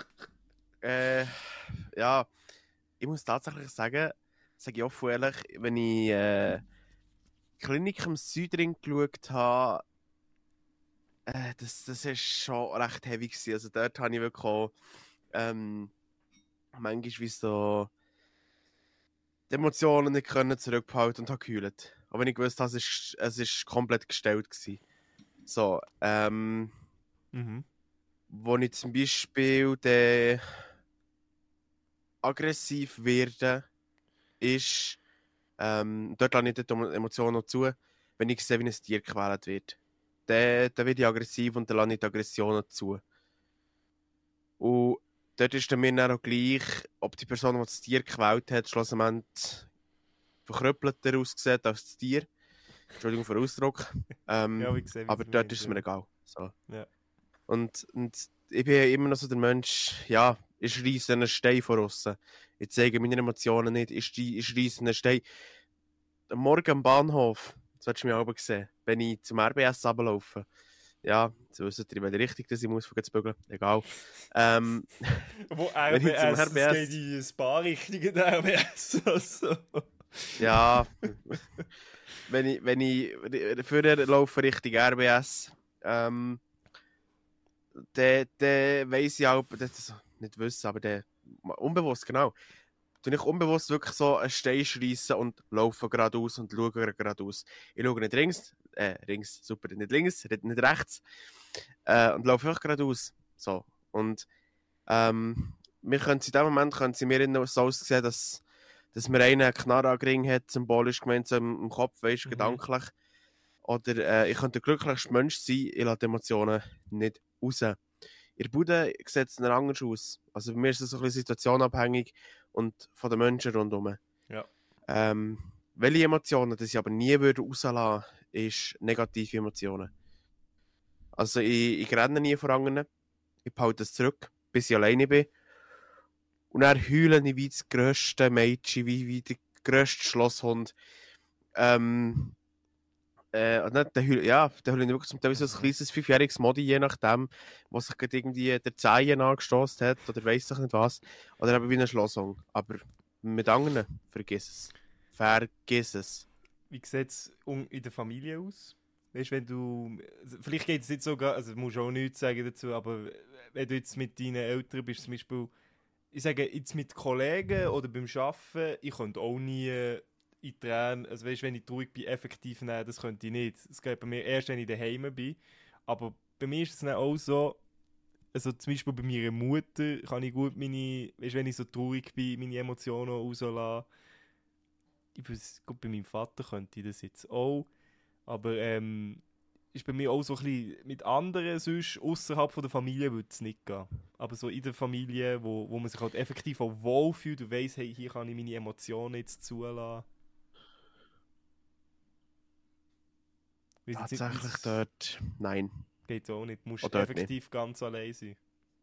Ja, ich muss tatsächlich sagen, sage ich offen ehrlich, wenn ich Klinik am Südring geschaut habe, das war schon recht heavy gewesen. Also dort habe ich wirklich auch, manchmal wie so die Emotionen nicht können zurückbehalten und habe geheult. Aber wenn ich gewusst habe, es ist komplett gestellt gewesen. So, wo ich zum Beispiel dann aggressiv werde, ist, dort lasse ich die Emotionen noch zu, wenn ich sehe, wie ein Tier gequält wird. Dann werde ich aggressiv und dann lasse ich die Aggressionen zu. Und dort ist dann mir dann auch gleich, ob die Person, die das Tier gequält hat, schlussendlich verkrüppelter aussieht als das Tier. Entschuldigung für den Ausdruck. Ja, wie gesehen, aber dort ist es mir egal. So. Ja. Und ich bin immer noch so der Mensch, ja, ich reisse einen Stein von außen. Ich zeige meine Emotionen nicht. Ich reisse einen Stein. Am Morgen am Bahnhof, das hättest du mich auch gesehen, wenn ich zum RBS runterlaufe. Ja, jetzt wisst ihr, welche Richtung das ich muss, von zu bügeln. Egal. Wo wenn ich zum RBS, es RBS geht in ein paar Richtungen, der RBS. Also. Ja, wenn ich früher laufe Richtung RBS, dann weiss ich auch, das nicht wissen, aber unbewusst, genau. Tue ich unbewusst wirklich so einen Stein schreissen und laufe geradeaus und schaue geradeaus. Ich schaue nicht links, super, nicht links, nicht rechts, und laufe einfach geradeaus. So. Und in dem Moment können sie mir so aussehen, dass mir einer einen Knarre an den Ring hat, symbolisch gemeint, so im Kopf, weißt, gedanklich. Oder ich könnte der glücklichste Mensch sein, ich lasse die Emotionen nicht raus. In der Bude sieht es anders aus. Also bei mir ist es so ein bisschen situationabhängig und von den Menschen rundherum. Ja. Welche Emotionen, die ich aber nie rauslassen würde, ist negative Emotionen. Also ich renne nie vor anderen, ich behalte es zurück, bis ich alleine bin. Und dann heule ich wie das grösste Mädchen, wie der grösste Schlosshund. Und dann heule ich wirklich zum Teil so ein kleines 5-jähriges Modi, je nachdem, was sich gerade irgendwie der Zehen angestoßen hat oder weiss ich nicht was. Oder eben wie ein Schlosshund. Aber mit anderen, vergiss es. Vergiss es. Wie sieht es in der Familie aus? Weißt, wenn du, vielleicht geht es nicht sogar, also du musst auch nichts sagen dazu, aber wenn du jetzt mit deinen Eltern bist, zum Beispiel, ich sage jetzt mit Kollegen oder beim Arbeiten, ich könnte auch nie in Tränen, also weißt, wenn ich traurig bin, effektiv nehmen, das könnte ich nicht. Es geht bei mir erst, wenn ich daheim bin. Aber bei mir ist es dann auch so, also zum Beispiel bei meiner Mutter kann ich gut weißt, wenn ich so traurig bin, meine Emotionen rauslassen. Ich weiß, gut, bei meinem Vater könnte ich das jetzt auch. Aber ist bei mir auch so ein bisschen mit anderen sonst außerhalb der Familie würde es nicht gehen. Aber so in der Familie, wo man sich halt effektiv auch wohlfühlt und weiss, hey, hier kann ich meine Emotionen jetzt zulassen. Tatsächlich dort, nein. Geht auch nicht, du musst effektiv nicht ganz allein sein.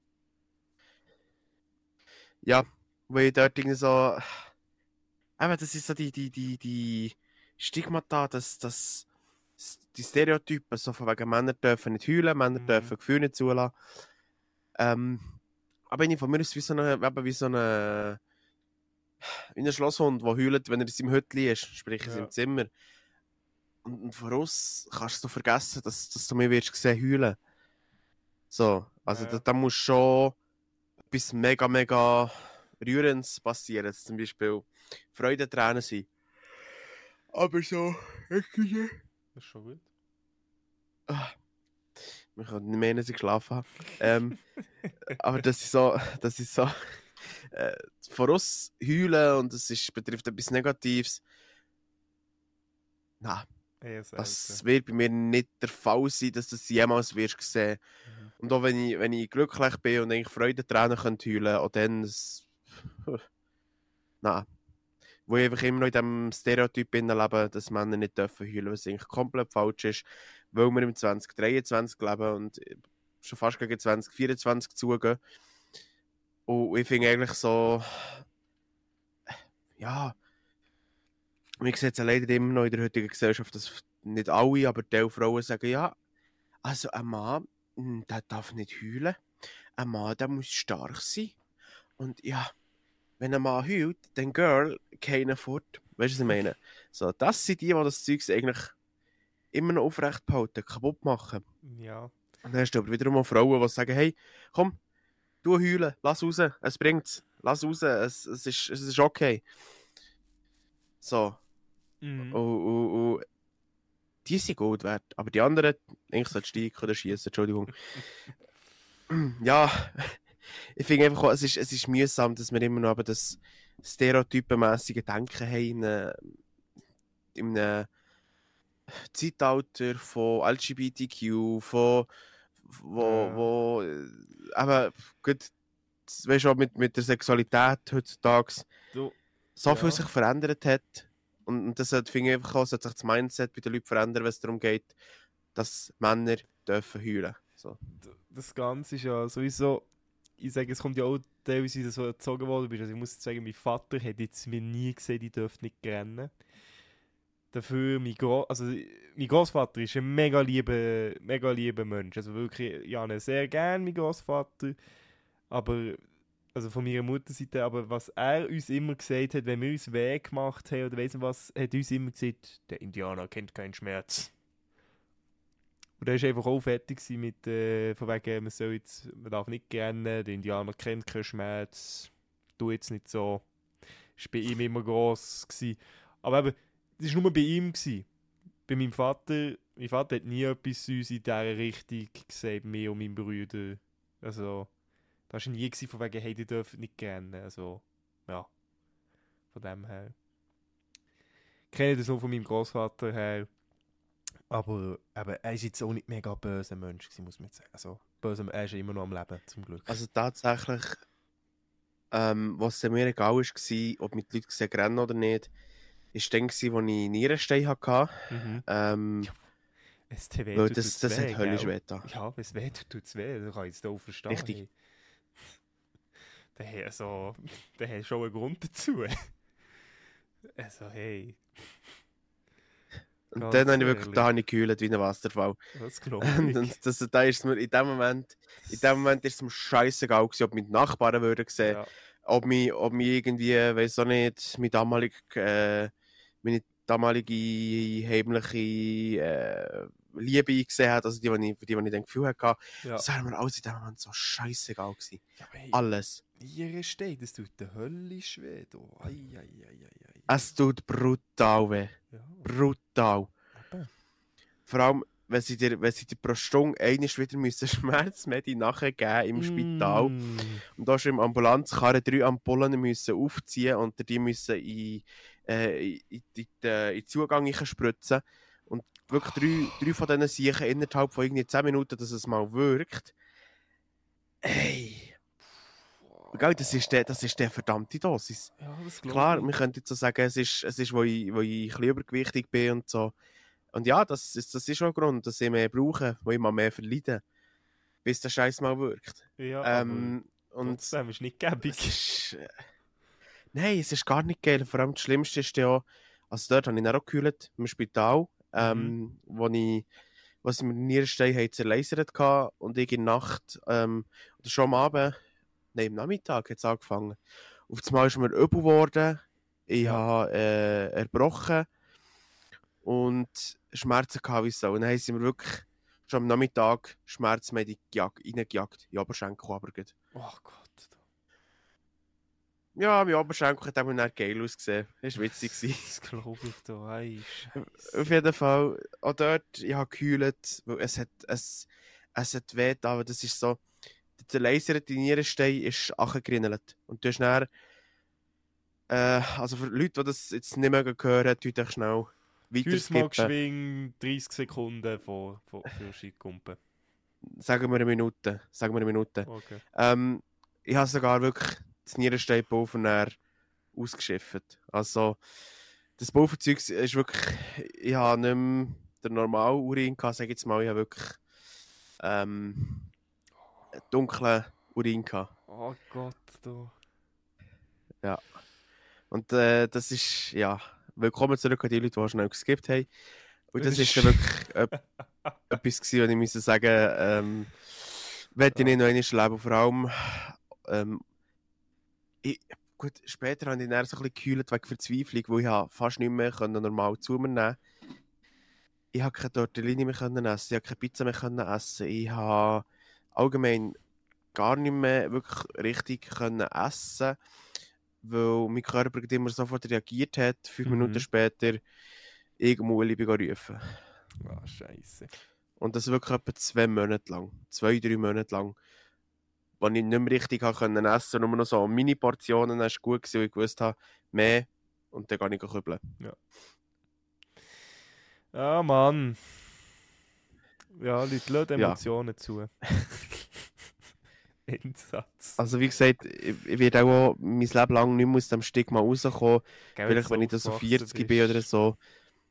Ja, weil ich dort irgendwie so... Aber das ist so die Stigmata, die Stereotypen, so von wegen Männer dürfen nicht heulen, Männer dürfen Gefühle nicht zulassen. Aber ich von mir ist wie so ein Schlosshund, der heult, wenn er in seinem Hütchen ist, sprich in seinem Zimmer. Und voraus kannst du vergessen, dass du mich wirst sehen heulen. So, also da muss schon etwas mega, mega Rührendes passieren, dass zum Beispiel Freudentränen sind. Aber so, das ist schon gut. Man kann nicht mehr, als ich geschlafen habe. Aber das ist so voraus heulen und es betrifft etwas Negatives. Nein, das wird bei mir nicht der Fall sein, dass das jemals wirst sehen. Und auch wenn ich glücklich bin und eigentlich Freudentränen könnte heulen, auch dann... Nein. Wo ich einfach immer noch in diesem Stereotyp lebe, dass Männer nicht dürfen heulen, was eigentlich komplett falsch ist, weil wir im 2023 leben und schon fast gegen 2024 zugehen. Und ich finde eigentlich so... Ja... Wir sehen es ja leider immer noch in der heutigen Gesellschaft, dass nicht alle, aber die Frauen sagen, ja, also ein Mann, der darf nicht heulen. Ein Mann, der muss stark sein. Und ja, wenn ein Mann heult, dann Girl, keiner fort. Weißt du, was ich meine? So, das sind die das Zeug eigentlich immer noch aufrecht behalten, kaputt machen. Ja. Und dann hast du aber wiederum auch Frauen, die sagen, hey, komm, du heulen, lass raus, es bringt's, lass raus, es ist okay. So. Mhm. Und die sind Gold wert. Aber die anderen, eigentlich solltest du steigen oder schießen, Entschuldigung. Ja, ich finde einfach auch, es ist mühsam, dass wir immer noch aber das stereotypenmässige Denken haben in einem Zeitalter von LGBTQ, wo eben, gut, weißt du, auch mit der Sexualität heutzutage Du, so viel ja. sich verändert hat. Und das finde ich einfach auch, sollte sich das Mindset bei den Leuten verändern, wenn es darum geht, dass Männer dürfen heulen. So. Das Ganze ist ja sowieso, ich sage, es kommt ja auch teilweise, dass du so erzogen worden bist. Also ich muss jetzt sagen, mein Vater hat jetzt mir nie gesehen, ich dürfte nicht rennen. Dafür, mein Großvater ist ein mega lieber Mensch. Also wirklich, ich habe ihn sehr gern, mein Großvater. Aber, also von meiner Mutterseite, aber was er uns immer gesagt hat, wenn wir uns weh gemacht haben oder weiss nicht was, hat uns immer gesagt, der Indianer kennt keinen Schmerz. Und er war einfach auch fertig mit, von wegen, man darf nicht rennen, der Indianer kennt keinen Schmerz, tu jetzt nicht so. Das war bei ihm immer gross gewesen. Aber eben, das war nur bei ihm gewesen. Bei meinem Vater hat nie etwas zu uns in dieser Richtung gesagt, mir und meinen Brüdern. Also, das war nie gewesen, von wegen, hey, die dürfen nicht rennen. Also, ja, von dem her. Ich kenne das nur von meinem Großvater her. Aber er ist jetzt auch nicht mega böser Mensch gewesen, muss man jetzt sagen. Also, er ist immer noch am Leben, zum Glück. Also tatsächlich, was mir egal war, ob mit Leuten gesehen rennen oder nicht, ist dann, als ich Nierenstein hatte. Mhm. Es tut weh, Weil tut's das weh, hat höllisch gell? weh getan. Ja, wenn es weh tut es weh. Das kann ich jetzt auch verstehen. Richtig. Hey. Der hat schon einen Grund dazu. Also, hey. Und Ganz dann habe ich wirklich, ehrlich. da habe ich geheult wie ein Wasserfall. Das glaube Und ich. da ist mir in dem Moment ist es mir scheissegal gewesen, ob meine Nachbarn würden sehen, Ja. ob mich irgendwie, weiß auch nicht, meine damalige heimliche Liebe gesehen hat, also die ich dann Gefühl hatte, Ja. das wäre mir alles in dem Moment so scheissegal gewesen. Ja, aber hey, Alles. Nieren steht, das tut der höllisch weh. Ei. Es tut brutal weh. Ja, Brutal. eben. Vor allem, wenn sie dir pro Stunde einmal wieder müssen Schmerzmedi nachgeben im Spital und da schon im Ambulanzkarren 3 Ampullen müssen aufziehen und die müssen in den Zugang spritzen und wirklich drei von diesen Siechen innerhalb von irgendwie 10 Minuten, dass es mal wirkt. Ey! Gell, das ist der verdammte Dosis. Ja, das glaube Klar, ich. wir könnten jetzt so sagen, es ist wo ich ein bisschen übergewichtig bin und so. Und ja, das ist schon ein Grund, dass ich mehr brauche, wo ich mal mehr verleiden, bis der Scheiß mal wirkt. Ja, aber Und trotzdem ist nicht gäbig. Nein, es ist gar nicht geil. Vor allem das Schlimmste ist ja, also dort habe ich dann auch gekühlt, im Spital, wo sie mir den Nierenstein zerlasert hatten und ich in der Nacht, oder schon am Abend, nein, am Nachmittag hat es angefangen. Auf einmal ist mir übel geworden, ich habe erbrochen und Schmerzen gehabt wie so. Und dann haben sie mir wirklich schon am Nachmittag Schmerzmedi reingejagt, in den Oberschenkel aber gut. Oh Gott. Ja, mein Oberschenkel hat eben dann geil ausgesehen. Das war witzig. Das glaube ich doch. Ei, Scheiße. Auf jeden Fall, auch dort, ich habe geheult, weil es hat weh getan, aber das ist so, der laserte Nierenstein ist angerinnelt. Und du hast dann, also für Leute, die das jetzt nicht mehr hören, tut euch schnell weiter Fürs mal skippen. geschwingen 30 Sekunden für Skikumpen. Sagen wir eine Minute. Okay. Ich habe sogar wirklich das Nierensteinpulver dann ausgeschifft. Also, das Pulverzeug ist wirklich, ich habe nicht mehr den normalen Urin gehabt, sage ich jetzt mal, ich habe wirklich dunklen Urin gehabt. Oh Gott, du. Ja. Und das ist, ja, willkommen zurück an die Leute, die schnell geskippt haben. Und das ist dann wirklich etwas gewesen, was ich müssen sagen, werde ich nicht noch einmal erleben. Vor allem, gut, später habe ich dann so ein bisschen gekühlt wegen Verzweiflung, weil ich habe fast nicht mehr normal zu mir nehmen. Ich habe keine Tortellini mehr können essen, ich habe keine Pizza mehr können essen, ich habe allgemein gar nicht mehr wirklich richtig können essen, weil mein Körper immer sofort reagiert hat. 5 Minuten später irgendwo Uli rufen. Ah, Scheiße. Und das wirklich etwa 2 Monate lang. 2, 3 Monate lang. Wo ich nicht mehr richtig essen konnte, nur noch so Mini-Portionen, das war gut, weil ich gewusst habe, mehr und dann kann ich kübeln. Ah, Mann. Ja, Leute, lasst Ja. Emotionen zu. Endsatz. Also wie gesagt, ich werde auch mein Leben lang nicht mehr aus dem Stigma rauskommen. Gell, Vielleicht, wenn ich so dann so aufgewachsen 40 bin oder bist. so.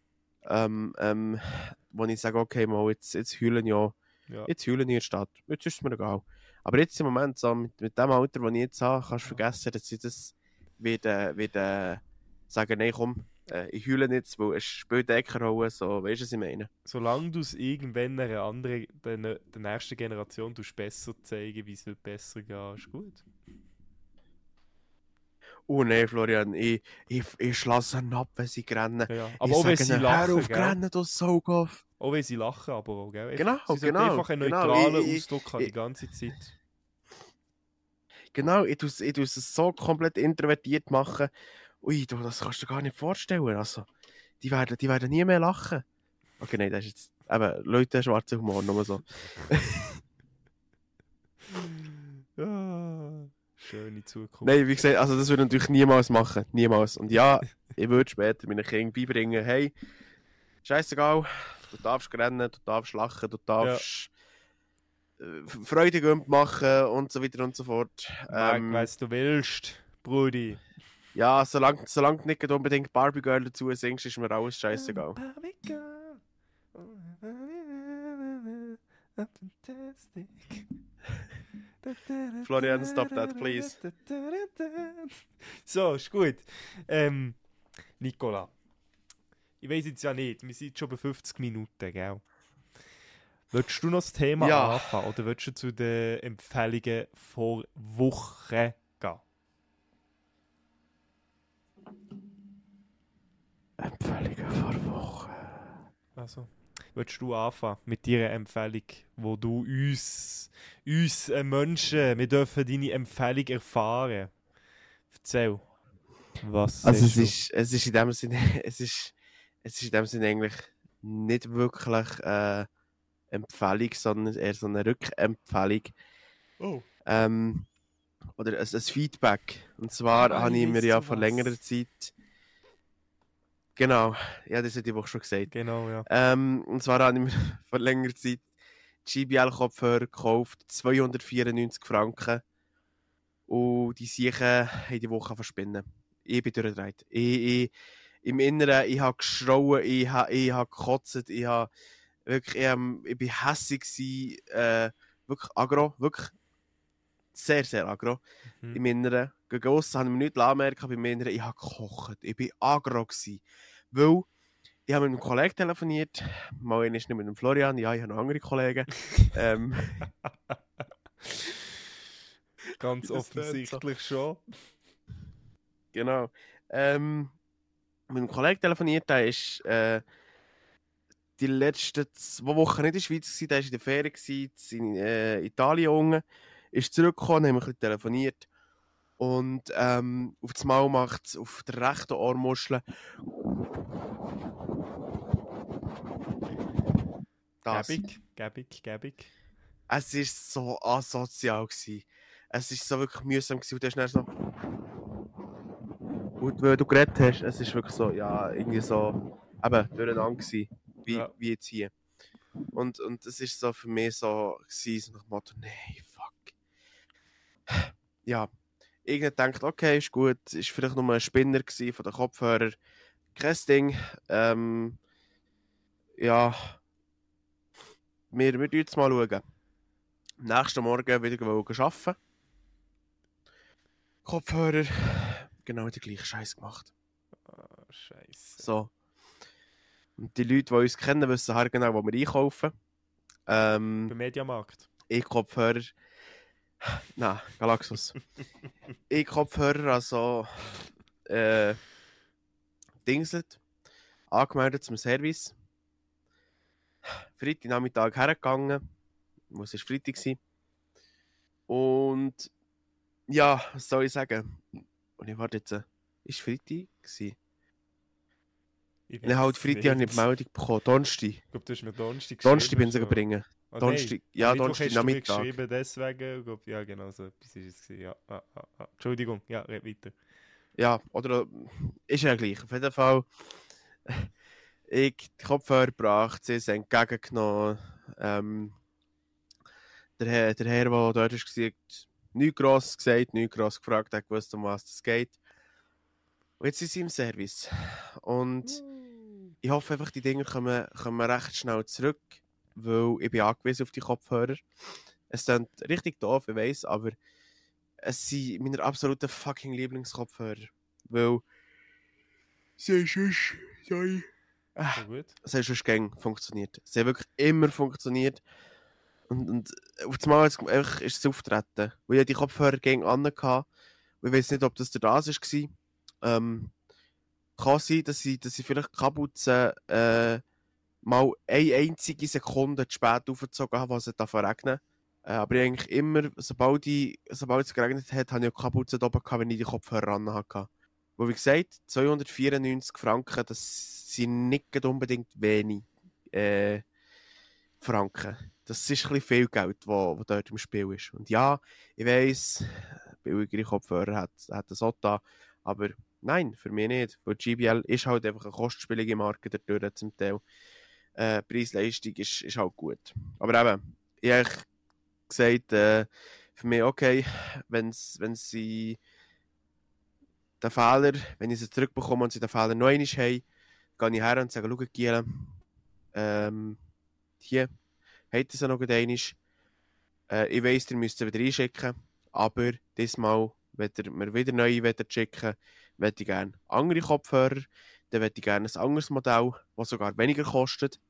Wo ich sage, okay, mal, jetzt heulen ja. Ja. Jetzt heulen in der Stadt. Jetzt ist es mir egal. Aber jetzt im Moment, so mit dem Alter, das ich jetzt habe, kannst du vergessen, dass ich das wieder sagen, nein, komm, ich heule nicht, weil es spielt eh keine Rolle. So, weißt du, was ich meine? Solange du es irgendwann einer anderen, der nächsten Generation besser zeigen, wie es wird besser gehen, ist gut. Oh nein, Florian, ich schlasse ihn ab, wenn sie rennen. Ja. Aber Ich auch wenn sage sie ihnen, hör lachen, auf, gell? rennen, du Saugauf. Auch wenn sie lachen, aber auch, gell? Genau, Sie sollten einfach einen genau. neutralen Ausdruck haben, die ganze Zeit. Genau, ich tue es so komplett introvertiert machen. Ui, du, das kannst du dir gar nicht vorstellen. Also, die werden nie mehr lachen. Okay, nein, das ist jetzt eben Leute, schwarzer Humor, nur so. Schöne Zukunft. Nein, wie gesagt, also das würde ich natürlich niemals machen. Niemals. Und ja, ich würde später meinen Kindern beibringen, hey, scheißegal, du darfst rennen, du darfst lachen, du darfst Freude machen und so weiter und so fort. Mag, was du willst, Brudi. Ja, solange du nicht unbedingt Barbie Girl dazu singst, ist mir alles scheißegal. Barbie Girl. Fantastic. Florian, stop that, please. So, ist gut. Nicola. Ich weiß jetzt ja nicht, wir sind schon bei 50 Minuten, gell? Willst du noch das Thema anfangen oder willst du zu den Empfehlungen vor Woche gehen? Empfehlungen vor Woche. Also, willst du anfangen mit deiner Empfehlung, wo du uns Menschen, wir dürfen deine Empfehlung erfahren. Erzähl. Was Also es ist in dem Sinne, es ist in dem Sinne eigentlich nicht wirklich Empfehlung, sondern eher so eine Rückempfehlung. Oh. Oder ein Feedback. Und zwar habe ich mir ja vor längerer Zeit. Genau, ja, das hätte ich auch schon gesagt. Genau, ja. Und zwar habe ich mir vor längerer Zeit JBL-Kopfhörer gekauft, 294 Franken. Und die Siechen haben die Woche verspinnen. Ich bin durchgedreht. Im Inneren, ich habe geschrauen, ich habe gekotzt, ich bin hässig gewesen, wirklich aggro, wirklich sehr, sehr aggro. Im Inneren. Gegen aussen habe ich mir nichts anmerken, aber im Inneren, ich habe gekocht. Ich bin aggro gewesen. Weil, ich habe mit einem Kollegen telefoniert, mal nicht mit dem Florian, ja, ich habe noch andere Kollegen. Ganz offensichtlich schon. Genau. Mit einem Kollegen telefoniert, der ist die letzten 2 Wochen nicht in der Schweiz gewesen, der war in der Ferien in Italien unten, ist zurückgekommen, haben wir ein bisschen telefoniert und auf das Mal macht es auf der rechten Ohrmuschel das. Gäbig. Es war so asozial gewesen. Es war so wirklich mühsam gewesen. Und du hast dann so... Und weil du geredet hast, es ist wirklich so, ja, irgendwie so, eben, durcheinander gewesen, wie jetzt hier. Und es ist so für mich so gewesen, so nach dem Motto, nee, fuck. Ja, irgendwie denkt, okay, ist gut, ist vielleicht nur ein Spinner gewesen von den Kopfhörern. Kein Ding. Ja, wir schauen jetzt mal. Am nächsten Morgen wieder arbeiten. Kopfhörer, genau den gleichen Scheiß gemacht. Scheiße. So. Und die Leute, die uns kennen, wissen halt genau, wo wir einkaufen. Beim Mediamarkt. Ich Kopfhörer. Nein, Galaxus. Ich Kopfhörer, also Dingset, angemeldet zum Service. Freitagnachmittag hergegangen. Muss es Freitag sein. Und ja, was soll ich sagen? Und ich warte jetzt, ist Freitag gewesen? Ich Ich halt weiß Freitag habe ich die Meldung bekommen. Donnerstag. Ich glaube, du hast mir Donnerstag Donnerstag bin ich schon. bringen. Ah, Donnerstag, nein. ja, Am Mittwoch Donnerstag hast du mir Nachmittag. geschrieben, deswegen. Ich glaub, ja, genau so etwas ist es gewesen. Ja, Entschuldigung, ja, red weiter. Ja, oder ist ja gleich. Auf jeden Fall, ich die Kopfhörer gebracht, sie sind entgegengenommen. Der Herr, der dort war, nichts gross gesagt, nichts gross gefragt, hat gewusst, um was es geht. Und jetzt sind sie im Service. Und ich hoffe einfach, die Dinger kommen recht schnell zurück, weil ich bin angewiesen auf die Kopfhörer. Es klingt richtig doof, ich weiss, aber es sind meine absoluten fucking Lieblingskopfhörer. Weil sie sonst, sorry, So gut. es hat sonst gäng funktioniert. Sie haben wirklich immer funktioniert. Und auf einmal ist es auftreten. Weil ich die Kopfhörer gegen hatte. Und ich weiß nicht, ob das der das war. Kann sein, dass ich vielleicht die Kapuze mal eine einzige Sekunde zu spät aufgezogen habe, was es regnen. Aber ich eigentlich immer, sobald es geregnet hat, habe ich die Kapuze oben gehabt, wenn ich die Kopfhörer ran hatte. Wo wie gesagt, 294 Franken, das sind nicht unbedingt wenig Franken. Das ist ein bisschen viel Geld, das dort im Spiel ist. Und ja, ich weiss, billigere Kopfhörer hat das auch da, aber nein, für mich nicht. Weil JBL ist halt einfach eine kostspielige Marke dadurch zum Teil. Preis-Leistung ist halt gut. Aber eben, ich habe gesagt, für mich okay, wenn sie den Fehler, wenn ich sie zurückbekomme und sie den Fehler noch einmal haben, gehe ich her und sage, schau, Giele, hier, habt ihr sie noch einmal. Ich weiss, ihr müsst sie wieder einschicken, aber diesmal, wenn ihr mir wieder neue schicken möchte ich gerne andere Kopfhörer, dann möchte ich gerne ein anderes Modell, das sogar weniger kostet.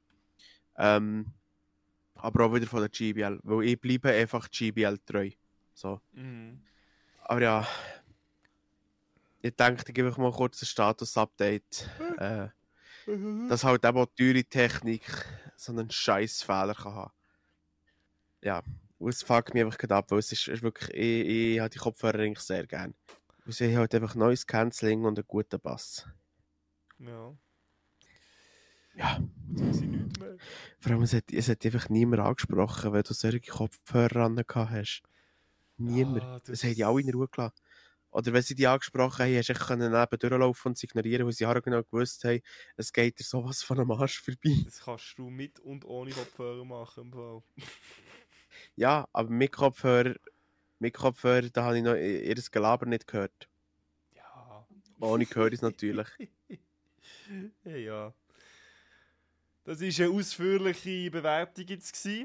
Aber auch wieder von der GBL, weil ich bleibe einfach GBL treu. So. Mhm. Aber ja, ich denke, ich gebe euch mal kurz ein Status-Update. Dass halt eben auch teure Technik so einen scheiß Fehler kann haben. Ja, und es fuckt mich einfach gerade ab, weil es ist wirklich, ich habe die Kopfhörer eigentlich sehr gern. Und sie haben halt einfach neues Canceling und einen guten Bass. Ja. Ja. Jetzt weiß ich nichts mehr. Vor allem, es hat einfach niemand angesprochen, wenn du solche Kopfhörer ran hast. Niemand. Ja, Es haben die alle in Ruhe gelassen. Oder wenn sie die angesprochen haben, hast du echt neben durchlaufen und sie ignorieren, weil sie auch genau gewusst haben, es geht dir sowas von am Arsch vorbei. Das kannst du mit und ohne Kopfhörer machen im Fall. Ja, aber mit Kopfhörer, da habe ich noch ihr Gelaber nicht gehört. Ja. Ohne gehört es natürlich. Ja. Das war eine ausführliche Bewertung jetzt gewesen.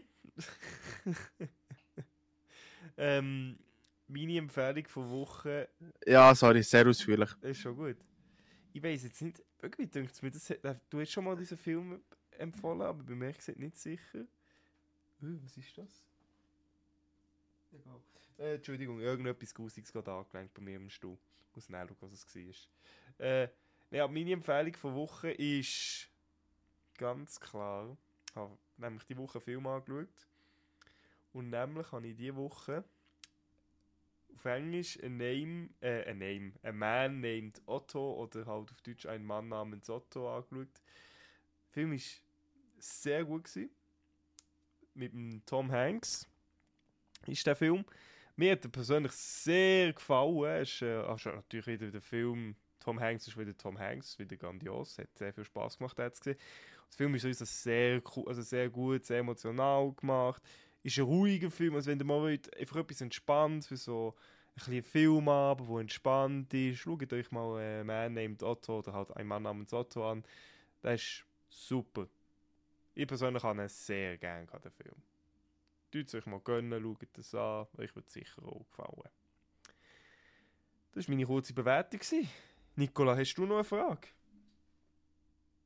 Meine Empfehlung von Woche Ja, sorry, sehr ausführlich. ist schon gut. Ich weiß jetzt nicht, irgendwie denkt es mir, du hast schon mal diesen Film empfohlen, aber bei mir ist es nicht sicher. Was ist das? Egal. Entschuldigung, irgendetwas Grusiges gerade angelenkt bei mir im Stuhl. Ich muss nachschauen, was es war. Ja, meine Empfehlung von Woche ist ganz klar, ich habe nämlich die Woche einen Film angeschaut. Und nämlich habe ich diese Woche auf Englisch A Man Named Otto oder halt auf Deutsch Ein Mann namens Otto angeschaut. Der Film war sehr gut gewesen. Mit dem Tom Hanks ist der Film. Mir hat er persönlich sehr gefallen. Es ist natürlich wieder der Film. Tom Hanks ist wieder Tom Hanks, wieder grandios. Hat sehr viel Spaß gemacht, jetzt gesehen. Der Film ist also sehr cool, also sehr gut, sehr emotional gemacht. Ist ein ruhiger Film, also wenn ihr mal wollt, einfach etwas entspannt für so ein bisschen Filmabend, der entspannt ist, schaut euch mal Man Named Otto oder halt Ein Mann namens Otto an. Das ist super. Ich persönlich habe ihn sehr gerne den Film. Tut es euch mal gönnen, schaut das an, euch wird es sicher auch gefallen. Das war meine kurze Bewertung. Nicola, hast du noch eine Frage?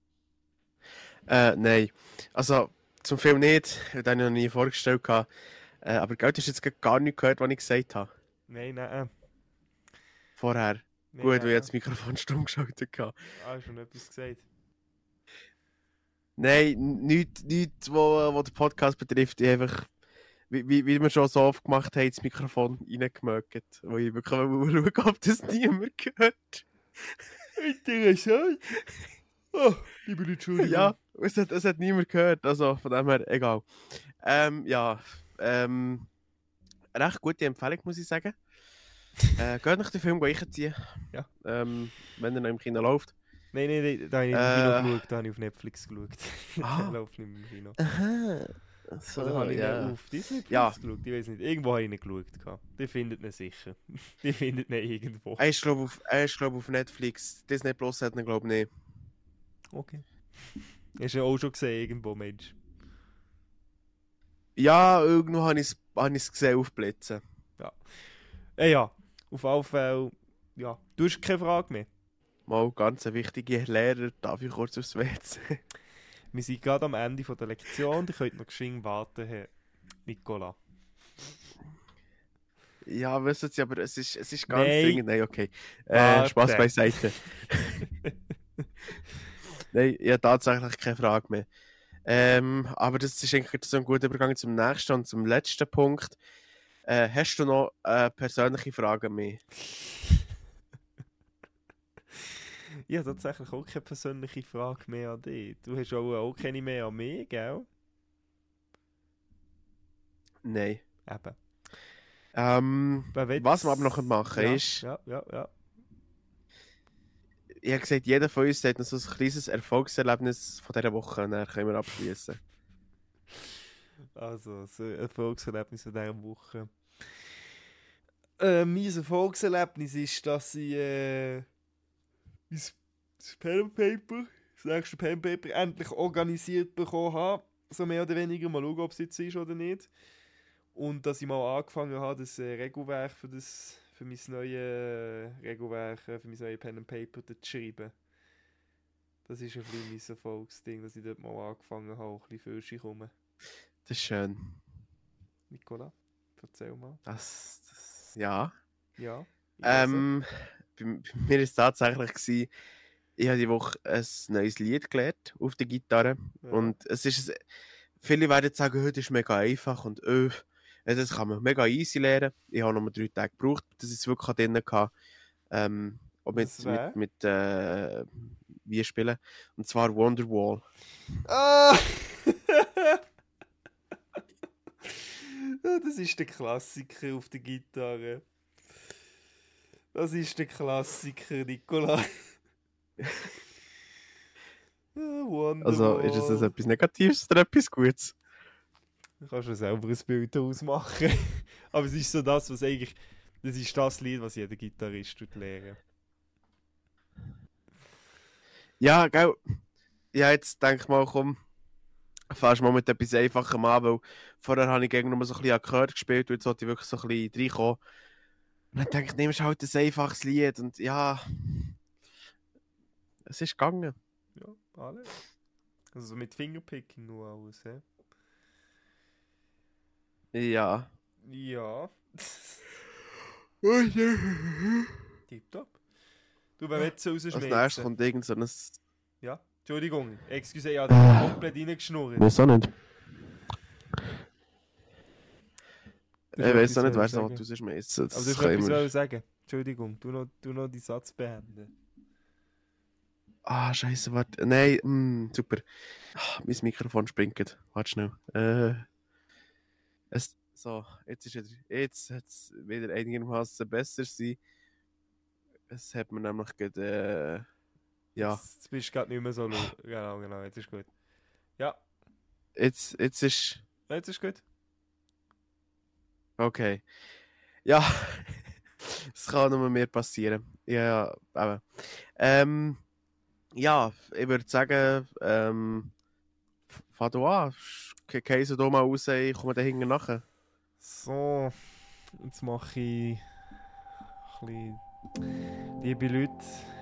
Nein. Also, zum Film nicht, den habe ich noch nie vorgestellt. Aber gell, du hast jetzt gar nicht gehört, was ich gesagt habe. Nein. Vorher. Nein, Gut, weil ich jetzt das Mikrofon stumm geschaltet habe. Hast du schon etwas gesagt? Nein, nichts, was den Podcast betrifft. Ich einfach, wie wir schon so oft gemacht haben, das Mikrofon reingemögt. Wo ich wirklich schauen, ob das niemand hört. Interessant. Oh, liebe Leute, Entschuldigung. Ja, es hat niemand gehört. Also von dem her, egal. Ja, recht gute Empfehlung, muss ich sagen. Geht nach den Film einziehen. Ja. Wenn er noch im Kino läuft. Nein, da habe ich nicht im Kino geschaut, da habe ich auf Netflix geschaut. Ah. Der läuft nicht mehr im Kino. Aha. So, Oder habe ich ja. ihn auf Disney Plus Ja. geschaut? Ich weiß nicht. Irgendwo habe ich ihn geschaut. Die findet ihn sicher. Die findet ihn irgendwo. Er ist, glaube ich, auf Netflix. Disney Plus hat ihn, glaube ich, nicht. Okay. Hast du ihn auch schon gesehen, irgendwo, Mensch? Ja, irgendwo habe ich es gesehen aufblitzen. Ja, auf alle Fälle. Ja, du hast keine Frage mehr. Mal ganz eine wichtige Lehrer, darf ich kurz aufs WC? Wir sind gerade am Ende der Lektion. Ihr könnt noch geschwind warten, Herr Nicola. Ja, wissen Sie, aber es ist ganz Nein. dringend. Nein, okay. Warte. Spaß beiseite. Nein, ich habe tatsächlich keine Frage mehr. Aber das ist eigentlich so ein guter Übergang zum nächsten und zum letzten Punkt. Hast du noch persönliche Fragen mehr? Ich habe tatsächlich auch keine persönliche Frage mehr an dich. Du hast auch keine mehr an mich, gell? Nein. Eben. Was wir aber noch machen ist, Ja. ich habe gesagt, jeder von uns hat noch so ein kleines Erfolgserlebnis von dieser Woche und dann können wir abschließen. Also, so ein Erfolgserlebnis von dieser Woche. Mein Erfolgserlebnis ist, dass ich das Pen and Paper, das nächste Pen and Paper, endlich organisiert bekommen habe. So mehr oder weniger. Mal schauen, ob es jetzt ist oder nicht. Und dass ich mal angefangen habe, das Regelwerk für mein neues Regelwerk, für mein neues Pen and Paper zu schreiben. Das ist ein bisschen mein Erfolgsding, dass ich dort mal angefangen habe, auch ein bisschen für sich rum. Das ist schön. Nicola, erzähl mal. Ja. Ja. Bei mir war es tatsächlich gewesen, ich habe die Woche ein neues Lied gelernt auf der Gitarre. Ja. Und es ist, viele werden jetzt sagen, das ist mega einfach und das kann man mega easy lernen. Ich habe noch 3 Tage gebraucht, dass ich es wirklich drin hatte. Auch mit wie spielen. Und zwar Wonderwall. Ah! Das ist der Klassiker auf der Gitarre. Das ist der Klassiker, Nicola. Also ist es etwas Negatives oder etwas Gutes? Du kannst dir selber ein Bild daraus machen. Aber es ist so das, was eigentlich... Das ist das Lied, was jeder Gitarrist lernt. Ja, gell. Ja, jetzt denke ich mal, komm, fährst mal mit etwas Einfachem an, weil vorher habe ich gegen nur so ein bisschen Akkord gespielt und jetzt sollte ich wirklich so ein bisschen reinkommen. Und dann denke ich, nimmst halt ein einfaches Lied und ja, es ist gegangen. Ja, alles. Also so mit Fingerpicking nur alles, hä? Ja. Ja. Tipptopp. Du, wenn wir jetzt rausschmeißen... Als nächstes kommt irgend so ein... Ja, Entschuldigung. Excuse, ich habe komplett reingeschnurrt. Weiß auch nicht. Du Ich hast weiß auch nicht, etwas wer es sagen. noch rausschmeißen. Aber du hast etwas sagen. Entschuldigung, du noch die Satz beenden. Ah, scheiße, warte. Nein, super. Mein Mikrofon springt. Warte schnell. So, jetzt hat es wieder einigermaßen besser sein. Es hat mir nämlich gerade, ja. Jetzt bist du gerade nicht mehr so laut. Genau, jetzt ist gut. Ja. Jetzt ist... Jetzt ist gut. Okay. Ja, es kann nur mehr passieren. Ja, aber. Ja, ich würde sagen, fang du an. Käse du mal raus, ich komme da hinten nachher. So, jetzt mache ich ein bisschen... Liebe Leute,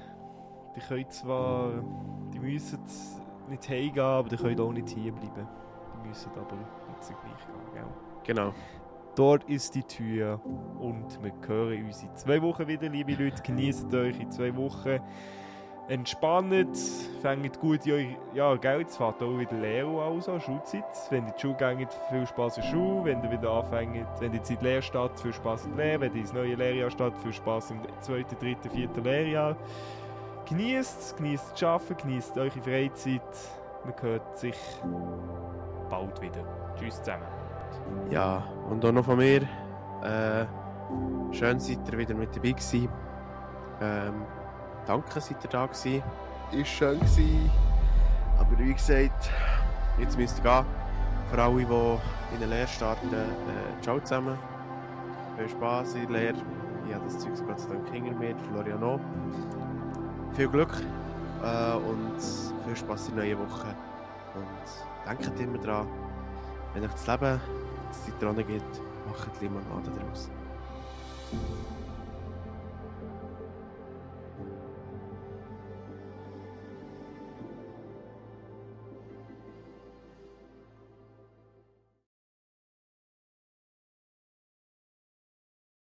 die müssen nicht heimgehen, aber die können auch nicht hier bleiben. Die müssen aber jetzt gleich gehen, gell? Genau. Dort ist die Tür und wir hören uns in 2 Wochen wieder, liebe Leute. Genießt euch in 2 Wochen. Entspannt, fängt gut in eure, gell, jetzt fährt auch wieder Lehre an, also Schulzeit. Wenn ihr in die Schule geht, viel Spass in der Schule. Wenn ihr wieder anfängt, wenn ihr in die Lehre startet, viel Spass in der Lehre. Wenn ihr ins neue Lehrjahr startet, viel Spass im 2., 3., 4. Lehrjahr. Genießt das Arbeiten, genießt eure Freizeit. Man hört sich bald wieder. Tschüss zusammen. Ja, und auch noch von mir. Schön seid ihr wieder mit dabei gewesen. Danke, seid ihr da gewesen. Ist schön gewesen. Aber wie gesagt, jetzt müsst ihr gehen. Für alle, die in der Lehre starten, ciao zusammen. Viel Spass in der Lehre. Ich habe das Zeug Gott sei Dank hinter mir, Florian auch. Viel Glück und viel Spass in der neuen Woche. Und denkt immer dran, wenn euch das Leben Zitronen gibt, macht Limonade daraus.